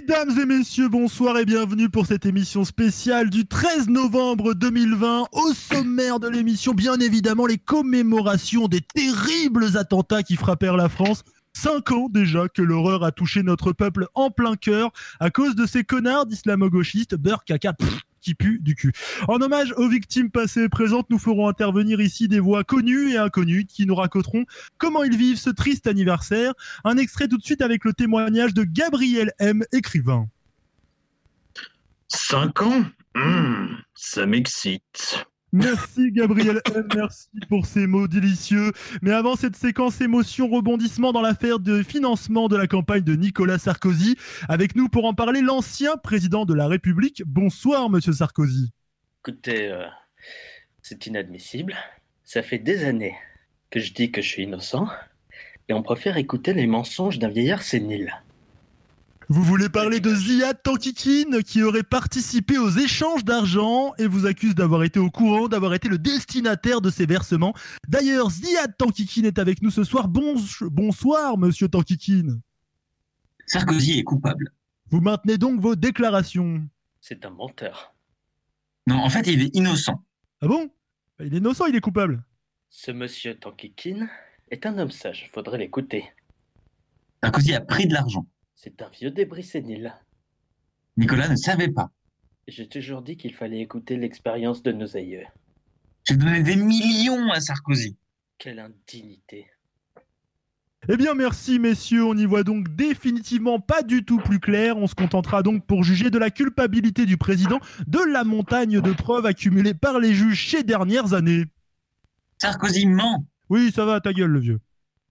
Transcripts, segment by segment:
Mesdames et messieurs, bonsoir et bienvenue pour cette émission spéciale du 13 novembre 2020. Au sommaire de l'émission, bien évidemment, les commémorations des terribles attentats qui frappèrent la France. 5 ans déjà que l'horreur a touché notre peuple en plein cœur à cause de ces connards d'islamo-gauchistes, beurre, caca, qui puent du cul. En hommage aux victimes passées et présentes, nous ferons intervenir ici des voix connues et inconnues qui nous raconteront comment ils vivent ce triste anniversaire. Un extrait tout de suite avec le témoignage de Gabriel M, écrivain. 5 ans ça m'excite. Merci Gabriel M, merci pour ces mots délicieux. Mais avant cette séquence émotion rebondissement dans l'affaire de financement de la campagne de Nicolas Sarkozy, avec nous pour en parler l'ancien président de la République. Bonsoir Monsieur Sarkozy. Écoutez, c'est inadmissible. Ça fait des années que je dis que je suis innocent et on préfère écouter les mensonges d'un vieillard sénile. Vous voulez parler de Ziad Tankikine qui aurait participé aux échanges d'argent et vous accuse d'avoir été au courant, d'avoir été le destinataire de ces versements. D'ailleurs, Ziad Tankikine est avec nous ce soir. Bonsoir, monsieur Tankikine. Sarkozy est coupable. Vous maintenez donc vos déclarations? C'est un menteur. Non, en fait, il est innocent. Ah bon? Il est innocent, il est coupable. Ce monsieur Tankikine est un homme sage, faudrait l'écouter. Sarkozy a pris de l'argent. C'est un vieux débris sénile. Nicolas ne savait pas. J'ai toujours dit qu'il fallait écouter l'expérience de nos aïeux. J'ai donné des millions à Sarkozy. Quelle indignité. Eh bien merci messieurs, on y voit donc définitivement pas du tout plus clair. On se contentera donc pour juger de la culpabilité du président de la montagne de preuves accumulées par les juges ces dernières années. Sarkozy ment. Oui, ça va, ta gueule le vieux.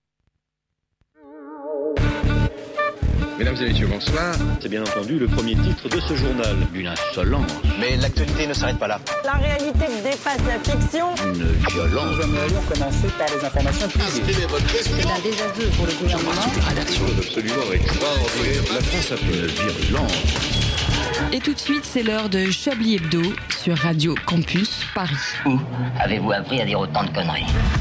Mesdames et messieurs, bonsoir. C'est bien entendu le premier titre de ce journal. Une insolence. Mais l'actualité ne s'arrête pas là. La réalité dépasse la fiction. Une violence. Nous aimerions commencer par les informations privées. C'est un désaveu pour le gouvernement. La rédaction est absolument extraordinaire. La France a fait une virulence. Et tout de suite, c'est l'heure de Chablis Hebdo sur Radio Campus Paris. Où avez-vous appris à dire autant de conneries ?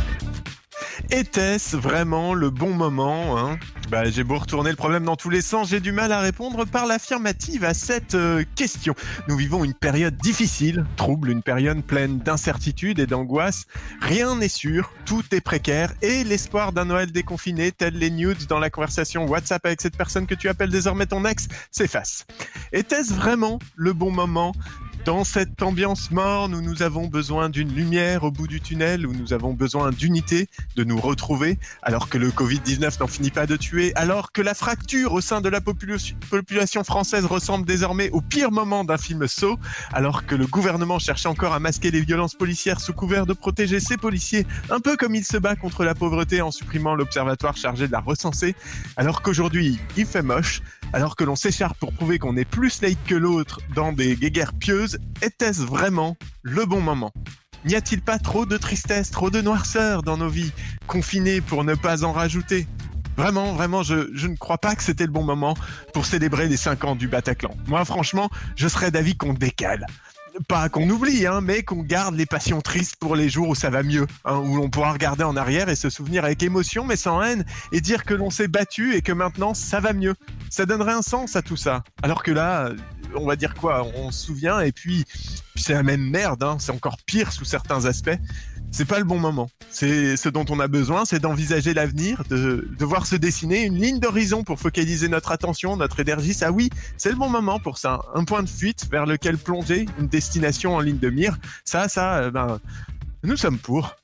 Était-ce vraiment le bon moment j'ai beau retourner le problème dans tous les sens, j'ai du mal à répondre par l'affirmative à cette question. Nous vivons une période difficile, trouble, une période pleine d'incertitude et d'angoisse. Rien n'est sûr, tout est précaire et l'espoir d'un Noël déconfiné, tel les nudes dans la conversation WhatsApp avec cette personne que tu appelles désormais ton ex, s'efface. Était-ce vraiment le bon moment ? Dans cette ambiance morne où nous avons besoin d'une lumière au bout du tunnel, où nous avons besoin d'unité, de nous retrouver, alors que le Covid-19 n'en finit pas de tuer, alors que la fracture au sein de la population française ressemble désormais au pire moment d'un film Saw, alors que le gouvernement cherche encore à masquer les violences policières sous couvert de protéger ses policiers, un peu comme il se bat contre la pauvreté en supprimant l'observatoire chargé de la recenser, alors qu'aujourd'hui il fait moche, alors que l'on s'écharpe pour prouver qu'on est plus laïque que l'autre dans des guéguerres pieuses, était-ce vraiment le bon moment ? N'y a-t-il pas trop de tristesse, trop de noirceur dans nos vies, confinées pour ne pas en rajouter ? Vraiment, je ne crois pas que c'était le bon moment pour célébrer les 5 ans du Bataclan. Moi, franchement, je serais d'avis qu'on décale. Pas qu'on oublie, mais qu'on garde les passions tristes pour les jours où ça va mieux, où l'on pourra regarder en arrière et se souvenir avec émotion mais sans haine et dire que l'on s'est battu et que maintenant ça va mieux. Ça donnerait un sens à tout ça. Alors que là, on va dire quoi ? On se souvient et puis c'est la même merde, c'est encore pire sous certains aspects. C'est pas le bon moment. C'est ce dont on a besoin, c'est d'envisager l'avenir, de voir se dessiner une ligne d'horizon pour focaliser notre attention, notre énergie. Ça oui, c'est le bon moment pour ça. Un point de fuite vers lequel plonger, une destination en ligne de mire. Ça, nous sommes pour.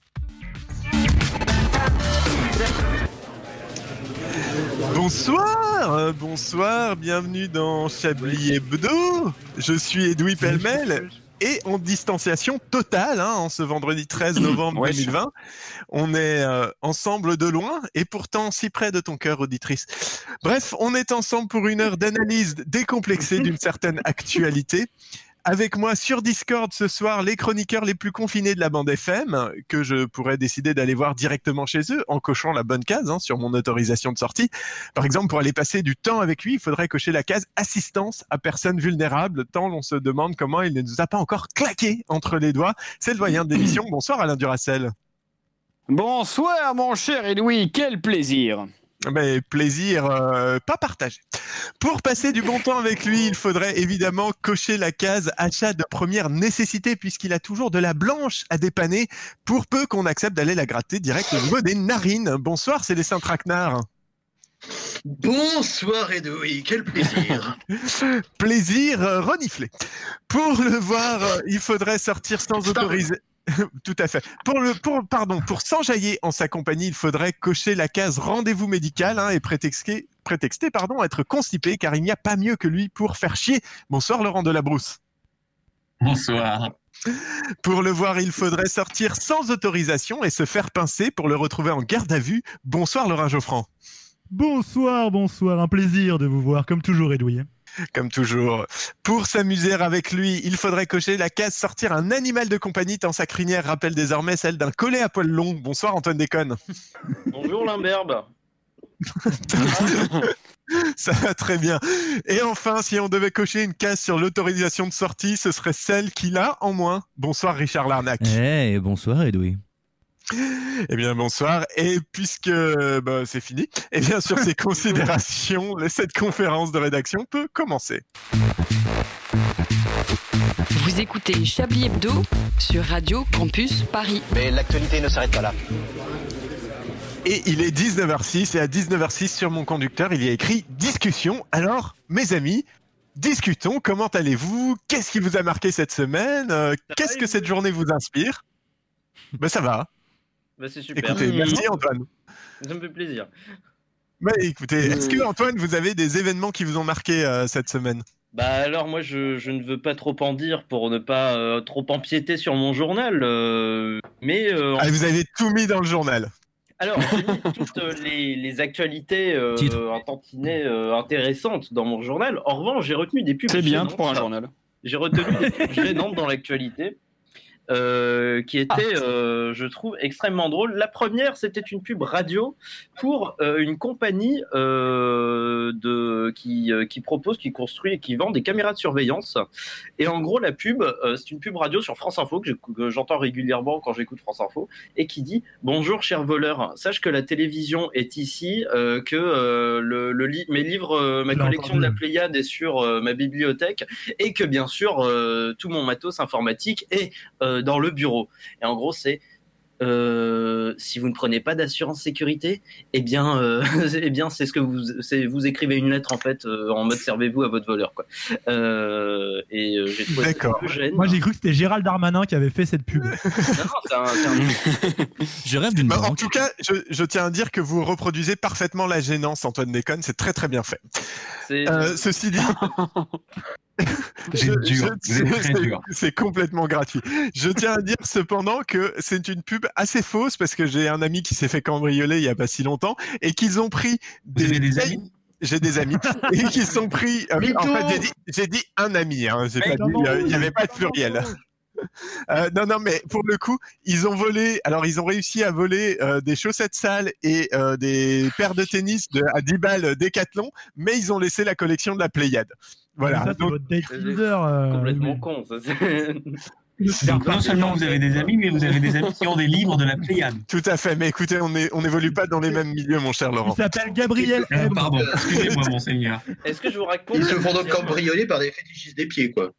Bonsoir, bienvenue dans Chablis Hebdo. Je suis Edoui Pellemel. Et en distanciation totale, en ce vendredi 13 novembre 2020. On est ensemble de loin et pourtant si près de ton cœur, auditrice. Bref, on est ensemble pour une heure d'analyse décomplexée d'une certaine actualité. Avec moi sur Discord ce soir, les chroniqueurs les plus confinés de la bande FM, que je pourrais décider d'aller voir directement chez eux en cochant la bonne case sur mon autorisation de sortie. Par exemple, pour aller passer du temps avec lui, il faudrait cocher la case assistance à personnes vulnérables, tant l'on se demande comment il ne nous a pas encore claqué entre les doigts. C'est le doyen de l'émission. Bonsoir Alain Duracell. Bonsoir mon cher Edoui, quel plaisir. Plaisir pas partagé. Pour passer du bon temps avec lui, il faudrait évidemment cocher la case achat de première nécessité puisqu'il a toujours de la blanche à dépanner pour peu qu'on accepte d'aller la gratter direct au niveau des narines. Bonsoir Célestin Traquenard. Bonsoir Edoui, quel plaisir. Plaisir reniflé. Pour le voir, il faudrait sortir sans autoriser. Tout à fait. Pour s'enjailler en sa compagnie, il faudrait cocher la case rendez-vous médical et prétexter être constipé car il n'y a pas mieux que lui pour faire chier. Bonsoir Laurent Delabrousse. Bonsoir. Pour le voir, il faudrait sortir sans autorisation et se faire pincer pour le retrouver en garde à vue. Bonsoir Laurent Geoffrand. Bonsoir, un plaisir de vous voir, comme toujours Edoui. Comme toujours. Pour s'amuser avec lui, il faudrait cocher la case sortir un animal de compagnie tant sa crinière rappelle désormais celle d'un collet à poils longs. Bonsoir Antoine Déconne. Bonjour l'imberbe. Ça va très bien. Et enfin, si on devait cocher une case sur l'autorisation de sortie, ce serait celle qu'il a en moins. Bonsoir Richard Larnac. Bonsoir Edoui. Eh bien bonsoir, et puisque c'est fini, et bien sur ces considérations, cette conférence de rédaction peut commencer. Vous écoutez Chablis Hebdo sur Radio Campus Paris. Mais l'actualité ne s'arrête pas là. Et il est 19h06, et à 19h06 sur mon conducteur, il y a écrit « Discussion ». Alors, mes amis, discutons, comment allez-vous? Qu'est-ce qui vous a marqué cette semaine? Qu'est-ce que cette journée vous inspire? Ça va. C'est super. Écoutez, merci Antoine. Ça me fait plaisir. Écoutez, est-ce que Antoine, vous avez des événements qui vous ont marqué cette semaine? Alors moi, je ne veux pas trop en dire pour ne pas trop empiéter sur mon journal, mais... vous avez tout mis dans le journal. Alors, j'ai mis toutes les actualités un tantinet intéressantes dans mon journal. En revanche, j'ai retenu des pubs C'est bien gênantes. pour un journal. J'ai retenu des pubs gênantes dans l'actualité. Qui était, je trouve, extrêmement drôle. La première, c'était une pub radio pour une compagnie qui propose, qui construit et qui vend des caméras de surveillance. Et en gros, la pub, c'est une pub radio sur France Info que j'entends régulièrement quand j'écoute France Info et qui dit « Bonjour, cher voleur, sache que la télévision est ici, que mes livres, ma collection de la Pléiade est sur ma bibliothèque et que bien sûr, tout mon matos informatique est dans le bureau. » Et en gros, c'est si vous ne prenez pas d'assurance sécurité, eh bien, c'est ce que vous écrivez une lettre en fait en mode servez-vous à votre voleur quoi. J'ai trouvé ça un peu gênant. Moi j'ai cru que c'était Gérald Darmanin qui avait fait cette pub. Non, c'est un... Je rêve d'une banque. En tout cas, je tiens à dire que vous reproduisez parfaitement la gênance, Antoine Déconne. C'est très très bien fait. Ceci dit. C'est complètement gratuit. Je tiens à dire cependant que c'est une pub assez fausse parce que j'ai un ami qui s'est fait cambrioler il y a pas si longtemps et qu'ils ont pris des amis. J'ai des amis et qui sont pris. En fait, j'ai dit un ami. J'ai pas dit. Il n'y avait pas de pluriel. Non, mais pour le coup, ils ont volé. Alors, ils ont réussi à voler des chaussettes sales et des paires de tennis à 10 balles Décathlon, mais ils ont laissé la collection de la Pléiade. Voilà. Ça, c'est votre date Tinder. Complètement con, ça. Donc, non seulement vous avez des amis, mais vous avez des amis qui ont des livres de la Pléiade. Tout à fait, mais écoutez, on n'évolue pas dans les mêmes milieux, mon cher Laurent. Il s'appelle Gabriel M. Pardon, excusez-moi, monseigneur. Est-ce que je vous raconte... Ils se font donc cambrioler par des fétichistes des pieds, quoi.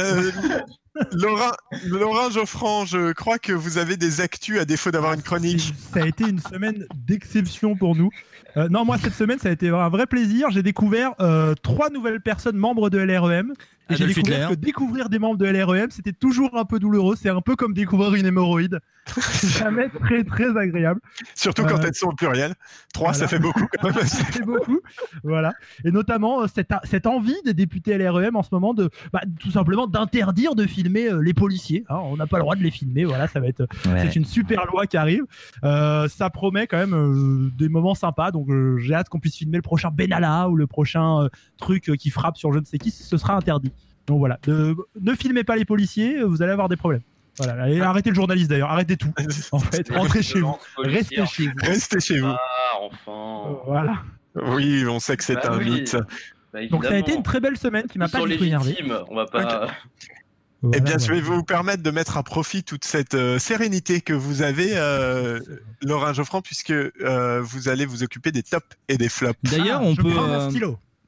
Laurent Geoffrand, je crois que vous avez des actus à défaut d'avoir une chronique. Ça a été une semaine d'exception pour nous. Non, moi, cette semaine, ça a été un vrai plaisir. J'ai découvert 3 nouvelles personnes membres de LREM. Et j'ai découvert que découvrir des membres de LREM, c'était toujours un peu douloureux. C'est un peu comme découvrir une hémorroïde. C'est jamais très, très agréable. Surtout quand elles sont au pluriel. 3, voilà. Ça fait beaucoup quand même. Ça fait beaucoup. Voilà. Et notamment, cette envie des députés LREM en ce moment de, tout simplement, d'interdire de filmer les policiers. On n'a pas le droit de les filmer. Voilà, ça va être. Ouais. C'est une super loi qui arrive. Ça promet quand même des moments sympas. Donc, j'ai hâte qu'on puisse filmer le prochain Benalla ou le prochain truc qui frappe sur je ne sais qui. Ce sera interdit. Donc voilà, ne filmez pas les policiers, vous allez avoir des problèmes. Voilà, et arrêtez le journaliste d'ailleurs, arrêtez tout. En fait, rentrez chez vous, restez chez vous. Restez chez vous. Enfin. Voilà. Oui, on sait que c'est un mythe. Donc ça a été une très belle semaine qui m'a pas du tout énervé. On va pas. Okay. Voilà, bien, je vais vous permettre de mettre à profit toute cette sérénité que vous avez, Laurent Geoffrand, puisque vous allez vous occuper des tops et des flops. D'ailleurs, on peut. Un stylo.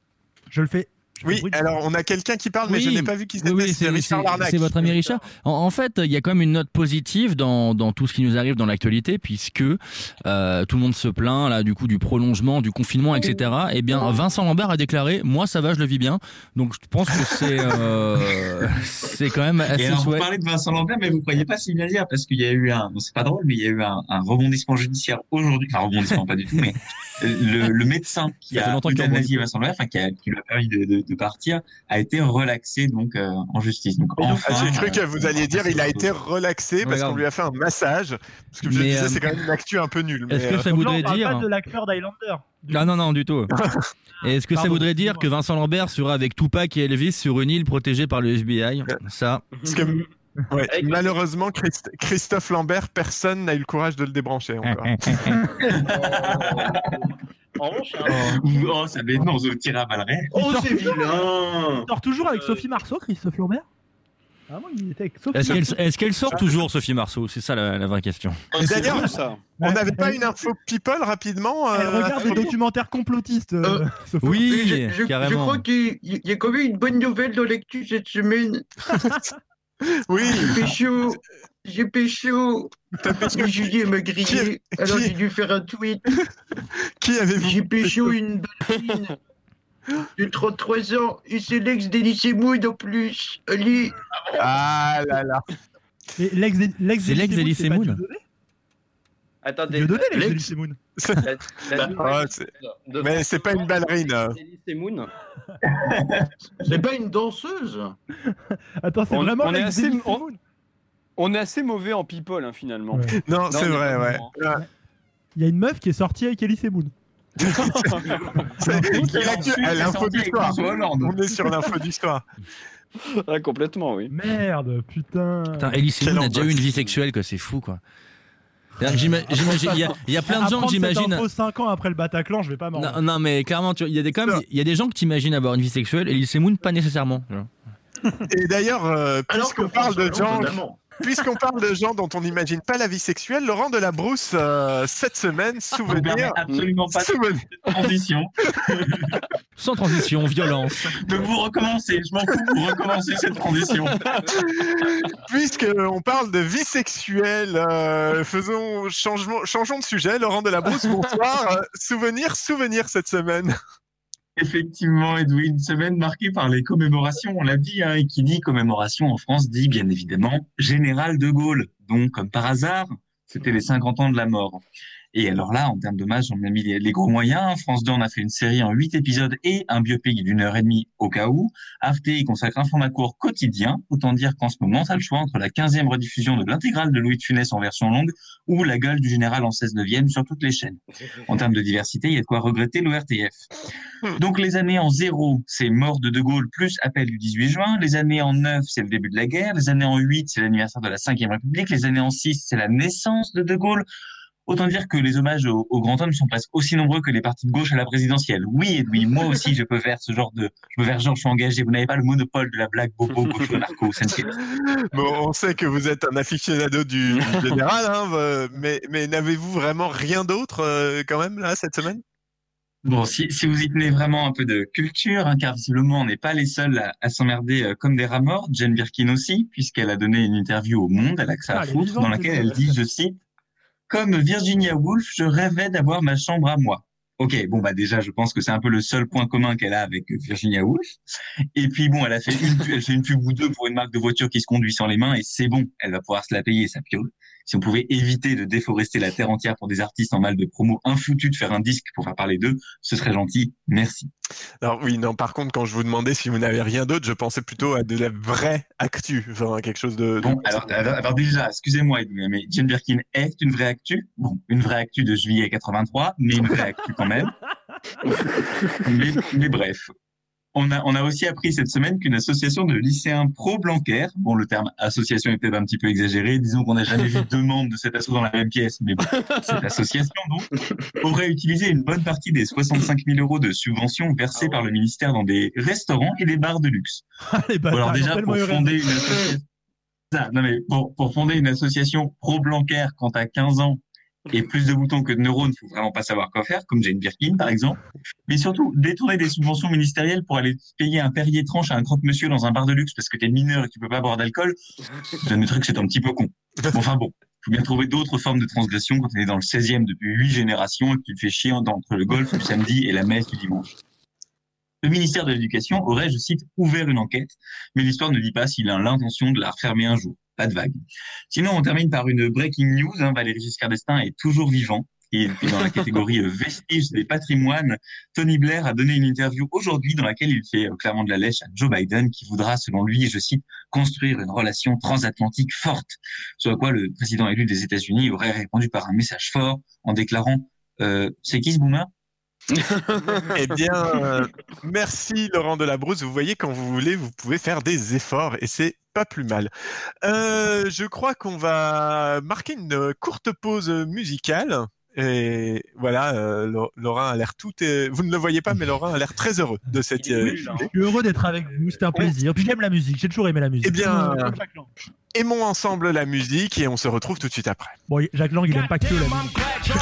Je le fais. Oui, alors on a quelqu'un qui parle, mais je n'ai pas vu qui c'était. Oui, c'est Richard Larnac. C'est votre ami Richard. En fait, il y a quand même une note positive dans tout ce qui nous arrive dans l'actualité, puisque tout le monde se plaint là du coup du prolongement, du confinement, etc. Eh bien, Vincent Lambert a déclaré, moi ça va, je le vis bien. Donc je pense que c'est quand même assez. Et alors, chouette. vous parlez de Vincent Lambert, mais vous croyez pas si bien dire, parce qu'il y a eu c'est pas drôle, mais il y a eu un rebondissement judiciaire aujourd'hui. Enfin, rebondissement pas du tout, mais le médecin qui a euthanasié Vincent Lambert, enfin qui lui a permis de partir, a été relaxé donc en justice. Donc enfin, j'ai cru que vous alliez dire il a été relaxé parce qu'on lui a fait un massage. Parce que je disais c'est quand même une actu un peu nulle. Est-ce que ça voudrait on dire parle pas de l'acteur d'Highlander. Non, du tout. Est-ce que ça voudrait dire que Vincent Lambert sera avec Tupac et Elvis sur une île protégée par le FBI? Ça. Parce que, malheureusement, Christophe Lambert, personne n'a eu le courage de le débrancher encore. Ça m'énerve, on tire à balles réelles. Oh, c'est vilain! Il sort toujours avec Sophie Marceau, Christophe Lambert? Ah bon, il était avec Sophie. Est-ce qu'elle sort toujours, Sophie Marceau? C'est ça la vraie question. D'ailleurs, on n'avait pas une info people rapidement Elle regarde des documentaires complotistes. Sophie. Oui, je carrément. crois qu'il y a quand même une bonne nouvelle dans l'actu cette semaine. Oui. J'ai pécho. Mais Julie m'a grillé, alors j'ai dû faire un tweet. Qui avez-vous? J'ai pécho une ballerine de 33 ans et c'est l'ex d'Elie Semoun en plus. Allez. Ah là là. Et l'ex d'Elie Semoun. Attendez. Dieudonné, l'ex d'Elie Semoun. Mais c'est pas une ballerine. C'est pas une danseuse. Attends, c'est vraiment on est l'ex assez, d'Elie Semoun. on est assez mauvais en people finalement. Non, c'est vrai, ouais. Il y a une meuf qui est sortie avec Elie Semoun. L'info du soir. On est sur l'info du soir. Ah, complètement, oui. Merde, putain. Elie Semoun a déjà eu une vie sexuelle, quoi. C'est fou, quoi. J'imagine, il y a plein de gens que j'imagine. Info 5 ans après le Bataclan, je vais pas m'en. Non, mais clairement, il y a des gens que t'imagines avoir une vie sexuelle, Elie Semoun, pas nécessairement. Et d'ailleurs, puisqu'on parle de gens dont on n'imagine pas la vie sexuelle, Laurent Delabrousse, cette semaine, souvenir. Absolument pas de transition. Sans transition, violence. De vous recommencer, je m'en fous, vous recommencez cette transition. Puisqu'on parle de vie sexuelle, changeons de sujet. Laurent Delabrousse, bonsoir. Souvenir cette semaine. Effectivement, Edwin, une semaine marquée par les commémorations, on l'a dit, et qui dit commémoration en France dit bien évidemment Général de Gaulle. Donc, comme par hasard, c'était les 50 ans de la mort. Et alors là, en termes d'hommage, on a mis les gros moyens. France 2 en a fait une série en 8 épisodes et un biopic d'1h30 au cas où. Arte y consacre un format court quotidien. Autant dire qu'en ce moment, t'as le choix entre la 15e rediffusion de l'intégrale de Louis de Funès en version longue ou la gueule du général en 16/9 sur toutes les chaînes. En termes de diversité, il y a de quoi regretter l'ORTF. Donc les années en 0, c'est mort de Gaulle plus appel du 18 juin. Les années en 9, c'est le début de la guerre. Les années en 8, c'est l'anniversaire de la 5e République. Les années en 6, c'est la naissance de Gaulle. Autant dire que les hommages au grand homme sont presque aussi nombreux que les partis de gauche à la présidentielle. Oui, Edoui, moi aussi, je peux faire je suis engagé. Vous n'avez pas le monopole de la blague bobo gauche narco. Bon, on sait que vous êtes un aficionado du général, mais n'avez-vous vraiment rien d'autre quand même là cette semaine? Bon, si vous y tenez vraiment un peu de culture, car visiblement on n'est pas les seuls à s'emmerder comme des rats morts. Jane Birkin aussi, puisqu'elle a donné une interview au Monde, à l'Axe à foutre, dans laquelle elle dit, je cite, comme Virginia Woolf, je rêvais d'avoir ma chambre à moi. Ok, bon bah déjà, je pense que c'est un peu le seul point commun qu'elle a avec Virginia Woolf. Et puis bon, elle fait une pub ou deux pour une marque de voiture qui se conduit sans les mains et c'est bon, elle va pouvoir se la payer sa piole. Si on pouvait éviter de déforester la terre entière pour des artistes en mal de promo infoutus de faire un disque pour faire parler d'eux, ce serait gentil. Merci. Alors oui, non, par contre, quand je vous demandais si vous n'avez rien d'autre, je pensais plutôt à de la vraie actu, enfin quelque chose de... Bon, alors déjà, excusez-moi, mais Jane Birkin est une vraie actu. Bon, une vraie actu de juillet 83, mais une vraie actu quand même. mais bref. On a aussi appris cette semaine qu'une association de lycéens pro-Blanquer, bon, le terme association est peut-être un petit peu exagéré, disons qu'on n'a jamais vu deux membres de cette asso dans la même pièce, mais bon, cette association, donc, aurait utilisé une bonne partie des 65 000 euros de subventions versées par le ministère dans des restaurants et des bars de luxe. Alors déjà, pour fonder une association, pour fonder une association pro-Blanquer quand t'as 15 ans Et plus de boutons que de neurones, faut vraiment pas savoir quoi faire, comme Jane Birkin, par exemple. Mais surtout, détourner des subventions ministérielles pour aller payer un Perrier tranche à un croque-monsieur dans un bar de luxe parce que t'es mineur et que tu peux pas boire d'alcool, j'admettrais que c'est un petit peu con. Enfin bon, faut bien trouver d'autres formes de transgression quand t'es dans le 16e depuis 8 générations et que tu te fais chier entre le golf du samedi et la messe du dimanche. Le ministère de l'Éducation aurait, je cite, ouvert une enquête, mais l'histoire ne dit pas s'il a l'intention de la refermer un jour. Pas de vague. Sinon, on termine par une breaking news. Valéry Giscard d'Estaing est toujours vivant. Et puis dans la catégorie vestiges des patrimoines, Tony Blair a donné une interview aujourd'hui dans laquelle il fait clairement de la lèche à Joe Biden, qui voudra, selon lui, je cite, construire une relation transatlantique forte. Ce à quoi le président élu des États-Unis aurait répondu par un message fort en déclarant c'est qui ce boomer? Eh bien, merci Laurent Delabrousse. Vous voyez, quand vous voulez, vous pouvez faire des efforts et c'est pas plus mal. Je crois qu'on va marquer une courte pause musicale. Et voilà, Laurent a l'air vous ne le voyez pas, mais Laurent a l'air très heureux de cette. Je suis heureux d'être avec vous, c'était un plaisir. Puis j'aime la musique, j'ai toujours aimé la musique. Eh bien, aimons ensemble la musique et on se retrouve tout de suite après. Bon, Jacques Lang, il aime pas que la musique.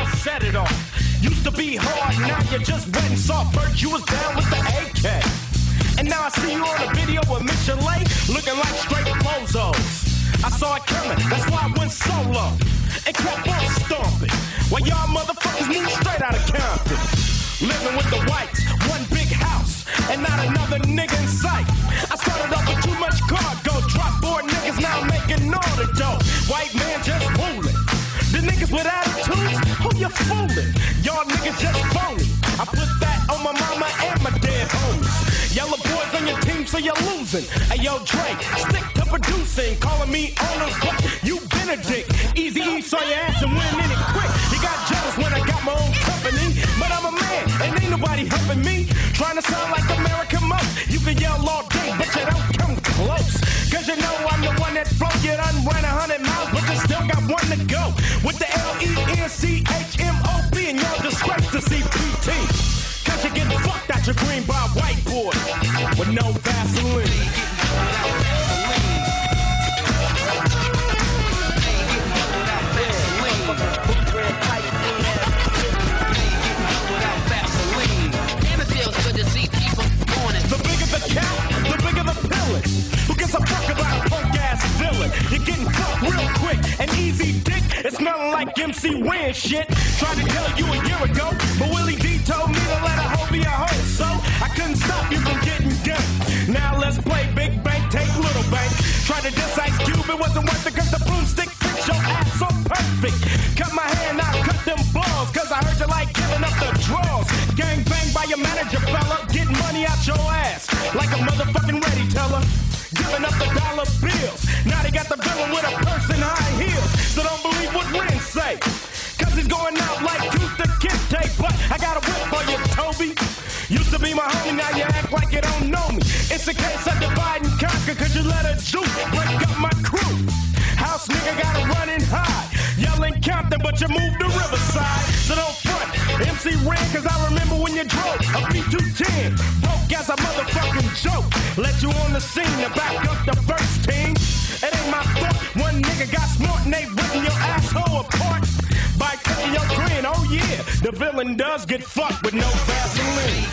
Used to be hard, now you're just wet and soft. First you was down with the AK. And now I see you on a video with Michelin, looking like straight bozos. I saw it coming, that's why I went solo and kept on stomping, while y'all motherfuckers moved straight out of Compton. Living with the whites, one big house, and not another nigga in sight. I started off with too much cargo, drop 4 niggas, now I'm making all the dough. White man just fooling. The niggas with attitudes, who you fooling? Y'all niggas just phony. I put that on my mama and my dead homies. Yellow boys on your team, so you're losing. Hey yo, Dre, stick to producing, calling me owner, but you Benedict. Easy E saw your ass and went in it quick. You got jealous when I got my own company, but I'm a man and ain't nobody helping me. Trying to sound like American most. You can yell all day, but you don't come close. Cause you know I'm the one that float. You done ran 100 miles, but you still got one to go. With the LENCHMOP and y'all disgrace to CPT. Cause you're getting fucked out your green by white boy with no Vaseline. The bigger the count, the bigger the pillage. Who gives a fuck about a punk ass villain? You're getting fucked real quick and easy dick. It's smelling like MC Ren shit. Tried to tell you a year ago, but Willie D told me to let a hoe be a hoe. So I couldn't stop you from getting done. Now let's play Big Bank, take Little Bank. Tried to diss Ice Cube, it wasn't worth it cause the broomstick fits your ass so perfect. Cut my hand, I cut them balls, cause I heard you like giving up the draws. Gang bang by your manager, fella, getting money out your ass like a motherfucking ready teller. Giving up the dollar bills. Now they got the villain with a purse and high heels. So don't believe what Ren say, cause he's going out like Tooth the Kid. But I got a whip for you, Toby. Used to be my homie, now you act like you don't know me. It's a case of divide and conquer, cause you let a juke break up my crew. House nigga gotta run and hide, yelling Compton, but you moved to Riverside. So don't front, MC Ren, cause I remember when you drove a B210, broke as a motherfucking joke. Let you on the scene to back up the first team. It ain't my fault, one nigga got smart and they ripping your asshole apart by taking your grin. Oh yeah, the villain does get fucked with no Vaseline.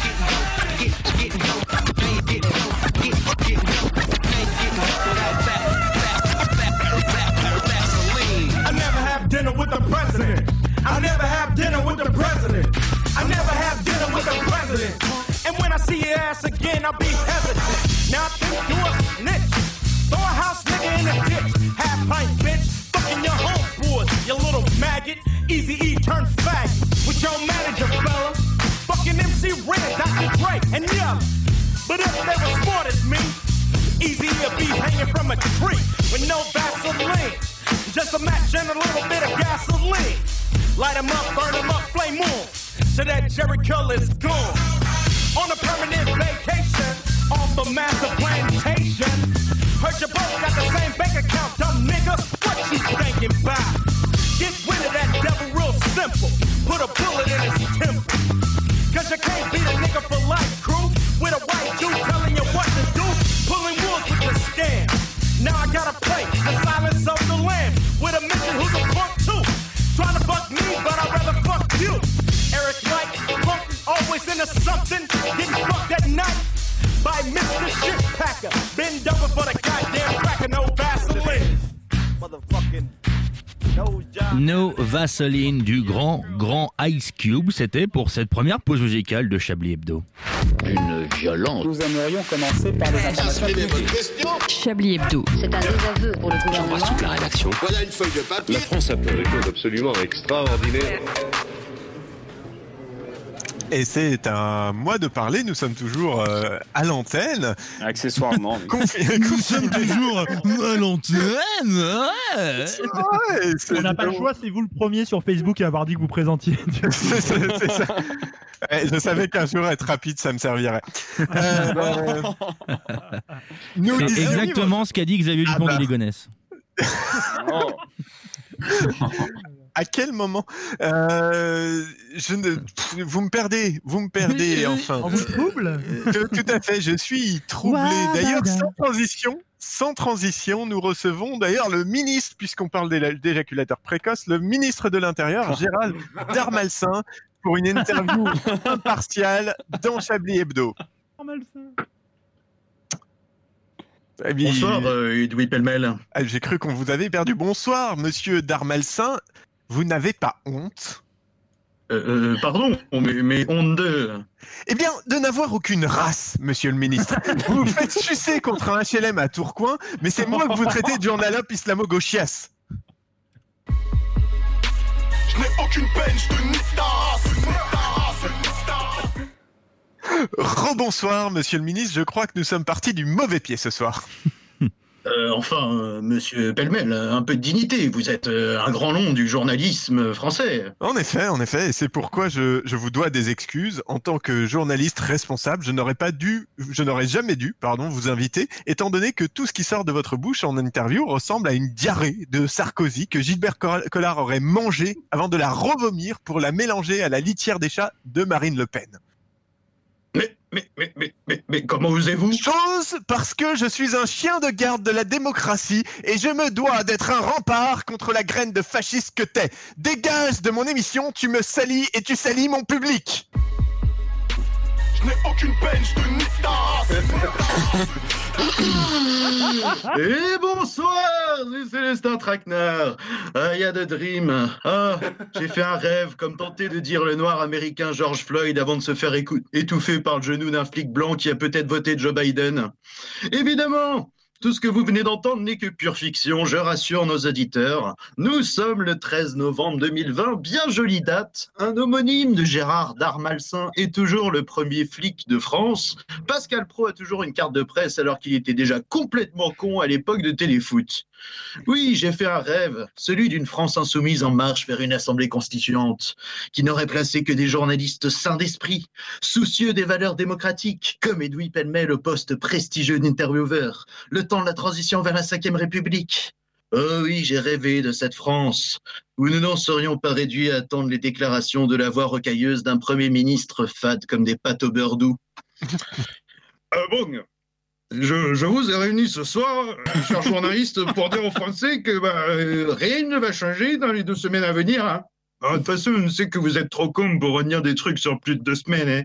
I never have dinner with the president. I never have dinner with the president. I never have dinner with the president. And when I see your ass again, I'll be hesitant. Now I think you a snitch. Throw a house nigga in a ditch. Half pint bitch. Fucking your homeboys, you little maggot. Easy E turn faggot. With your manager, fella. Fucking MC Ren, Dr. Dre, and Young. But if they were smart as me, Easy to be hanging from a tree with no Vaseline. Just a match and a little bit of gasoline. Light 'em up, burn 'em up, flame on. So that Jericho is gone. On a permanent vacation, off a massive plantation. Heard you both got the same bank account, dumb nigga. What you thinking about? Get rid of that devil real simple. Put a bullet in his temple. Cause you can't beat a nigga for life, crew. With a white dude telling you what to do. Pulling woods with the scam. Now I gotta play the silence of the lamb with a mission who's a punk too. Trying to fuck me, but but a goddamn crack and no Vaseline. Motherfucking No Vaseline du grand Ice Cube, c'était pour cette première pause musicale de Chablis Hebdo. Une violence. Nous aimerions commencer par les informations publiques. Chablis Hebdo. C'est un désaveu pour le gouvernement. J'embrasse toute la rédaction. Voilà une feuille de papier. La France a fait des choses absolument extraordinaires. Et c'est un mois de parler, nous sommes toujours à l'antenne. Accessoirement. Nous sommes toujours à l'antenne. Ouais. On n'a pas le choix, c'est vous le premier sur Facebook à avoir dit que vous présentiez. C'est ça. Je savais qu'un jour être rapide, ça me servirait. C'est exactement ce qu'a dit Xavier Dupont de Ligonnès. À quel moment vous me perdez, enfin. On vous trouble? Tout à fait, je suis troublé. D'ailleurs, sans transition, nous recevons d'ailleurs le ministre, puisqu'on parle d'éjaculateur précoce, le ministre de l'Intérieur, Gérald Darmanin, pour une interview impartiale dans Chablis Hebdo. Bonsoir, Edoui Pellemel. J'ai cru qu'on vous avait perdu. Bonsoir, monsieur Darmanin. Vous n'avez pas honte? Pardon, mais honte de... Eh bien, de n'avoir aucune race, monsieur le ministre. Vous vous faites sucer contre un HLM à Tourcoing, mais c'est moi que vous traitez de journalope islamo-gauchias. Je n'ai aucune peine, je te nique ta race. Rebonsoir, monsieur le ministre. Je crois que nous sommes partis du mauvais pied ce soir. Monsieur Pellemel, un peu de dignité. Vous êtes un grand nom du journalisme français. En effet, et c'est pourquoi je vous dois des excuses. En tant que journaliste responsable, je n'aurais jamais dû vous inviter, étant donné que tout ce qui sort de votre bouche en interview ressemble à une diarrhée de Sarkozy que Gilbert Collard aurait mangé avant de la revomir pour la mélanger à la litière des chats de Marine Le Pen. Mais comment osez-vous? Chose parce que je suis un chien de garde de la démocratie et je me dois d'être un rempart contre la graine de fasciste que t'es. Dégage de mon émission, tu me salis et tu salis mon public. Je n'ai aucune peine, je te nique ta race. Et bonsoir, c'est Célestin Traquenard. Il y a de dream. J'ai fait un rêve, comme tenté de dire le noir américain George Floyd avant de se faire étouffer par le genou d'un flic blanc qui a peut-être voté Joe Biden. Évidemment, tout ce que vous venez d'entendre n'est que pure fiction, je rassure nos auditeurs. Nous sommes le 13 novembre 2020, bien jolie date. Un homonyme de Gérard Darmanin est toujours le premier flic de France. Pascal Praud a toujours une carte de presse alors qu'il était déjà complètement con à l'époque de Téléfoot. Oui, j'ai fait un rêve, celui d'une France insoumise en marche vers une assemblée constituante, qui n'aurait placé que des journalistes sains d'esprit, soucieux des valeurs démocratiques, comme Edoui Pellemel au poste prestigieux d'intervieweur, le temps de la transition vers la 5e République. Oh oui, j'ai rêvé de cette France, où nous n'en serions pas réduits à attendre les déclarations de la voix rocailleuse d'un Premier ministre fade comme des pâtes au beurre doux. Bon, je vous ai réunis ce soir, chers journalistes, pour dire aux Français que rien ne va changer dans les 2 semaines à venir. Hein. De toute façon, je sais que vous êtes trop cons pour retenir des trucs sur plus de 2 semaines. Hein.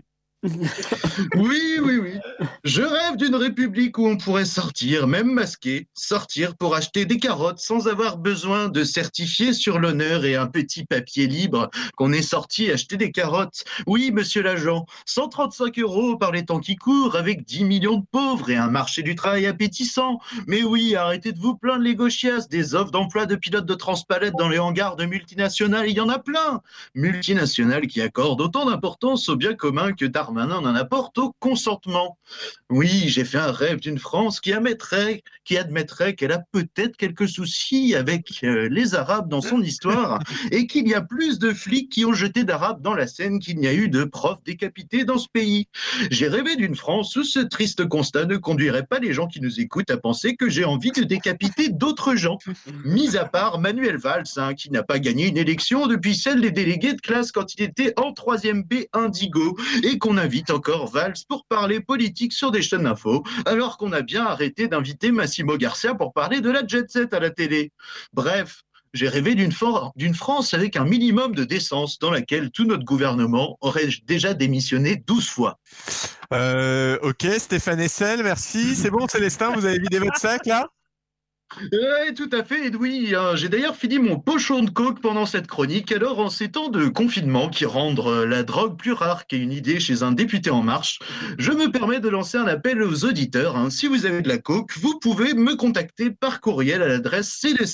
Oui. Je rêve d'une république où on pourrait sortir, même masqué, sortir pour acheter des carottes sans avoir besoin de certifier sur l'honneur et un petit papier libre qu'on est sorti acheter des carottes. Oui, monsieur l'agent, 135 € par les temps qui courent avec 10 millions de pauvres et un marché du travail appétissant. Mais oui, arrêtez de vous plaindre les gauchias, des offres d'emploi de pilotes de transpalette dans les hangars de multinationales, il y en a plein. Multinationales qui accordent autant d'importance au bien commun que Darmanin en apporte au consentement. Oui, j'ai fait un rêve d'une France qui admettrait qu'elle a peut-être quelques soucis avec les Arabes dans son histoire et qu'il y a plus de flics qui ont jeté d'Arabes dans la Seine qu'il n'y a eu de profs décapités dans ce pays. J'ai rêvé d'une France où ce triste constat ne conduirait pas les gens qui nous écoutent à penser que j'ai envie de décapiter d'autres gens, mis à part Manuel Valls, qui n'a pas gagné une élection depuis celle des délégués de classe quand il était en 3e B Indigo et qu'on invite encore Valls pour parler politique sur des chaînes d'infos, alors qu'on a bien arrêté d'inviter Massimo Garcia pour parler de la jet set à la télé. Bref, j'ai rêvé d'une France avec un minimum de décence dans laquelle tout notre gouvernement aurait déjà démissionné 12 fois. Ok, Stéphane Essel, merci. C'est bon, Célestin, vous avez vidé votre sac, là? Oui, tout à fait, Edoui. J'ai d'ailleurs fini mon pochon de coke pendant cette chronique. Alors, en ces temps de confinement qui rendent la drogue plus rare qu'une idée chez un député En Marche, je me permets de lancer un appel aux auditeurs. Si vous avez de la coke, vous pouvez me contacter par courriel à l'adresse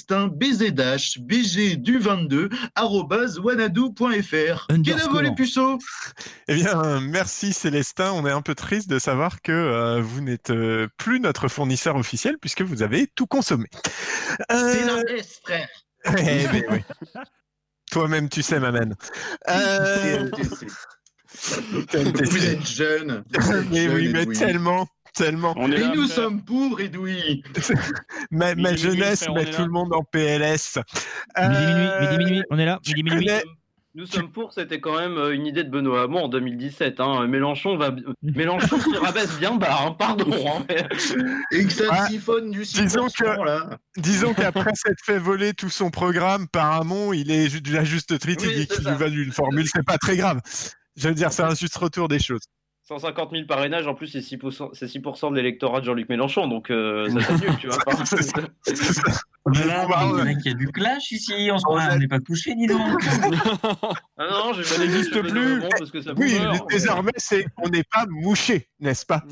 célestinbzh-bg22@wanadoo.fr. Quel a volé puceau? Eh bien, merci Célestin. On est un peu triste de savoir que vous n'êtes plus notre fournisseur officiel puisque vous avez tout consommé. C'est l'inverse, frère. Eh ben, oui. Toi-même, tu sais, Maman. Vous êtes jeune. Mais oui, mais tellement. Et nous sommes pour, Edoui. Ma jeunesse met tout le monde en PLS. Minuit, on est là. Minuit. Nous sommes pour, c'était quand même une idée de Benoît Hamon en 2017. Mélenchon se rabaisse bien bas, pardon. Et que ça siphonne du 6%, là. Disons qu'après s'être fait voler tout son programme par Hamon, il est la juste triste, il dit qu'il lui value une formule, c'est pas très grave. Je veux dire, c'est un juste retour des choses. 150 000 parrainages, en plus, c'est 6% de l'électorat de Jean-Luc Mélenchon, donc ça s'annule, tu vois. Voilà, on dirait qu'il y a du clash ici, on n'est pas touché, dis donc. Ah non, ça n'existe plus. Parce que ça oui, désormais, on n'est pas mouché, n'est-ce pas?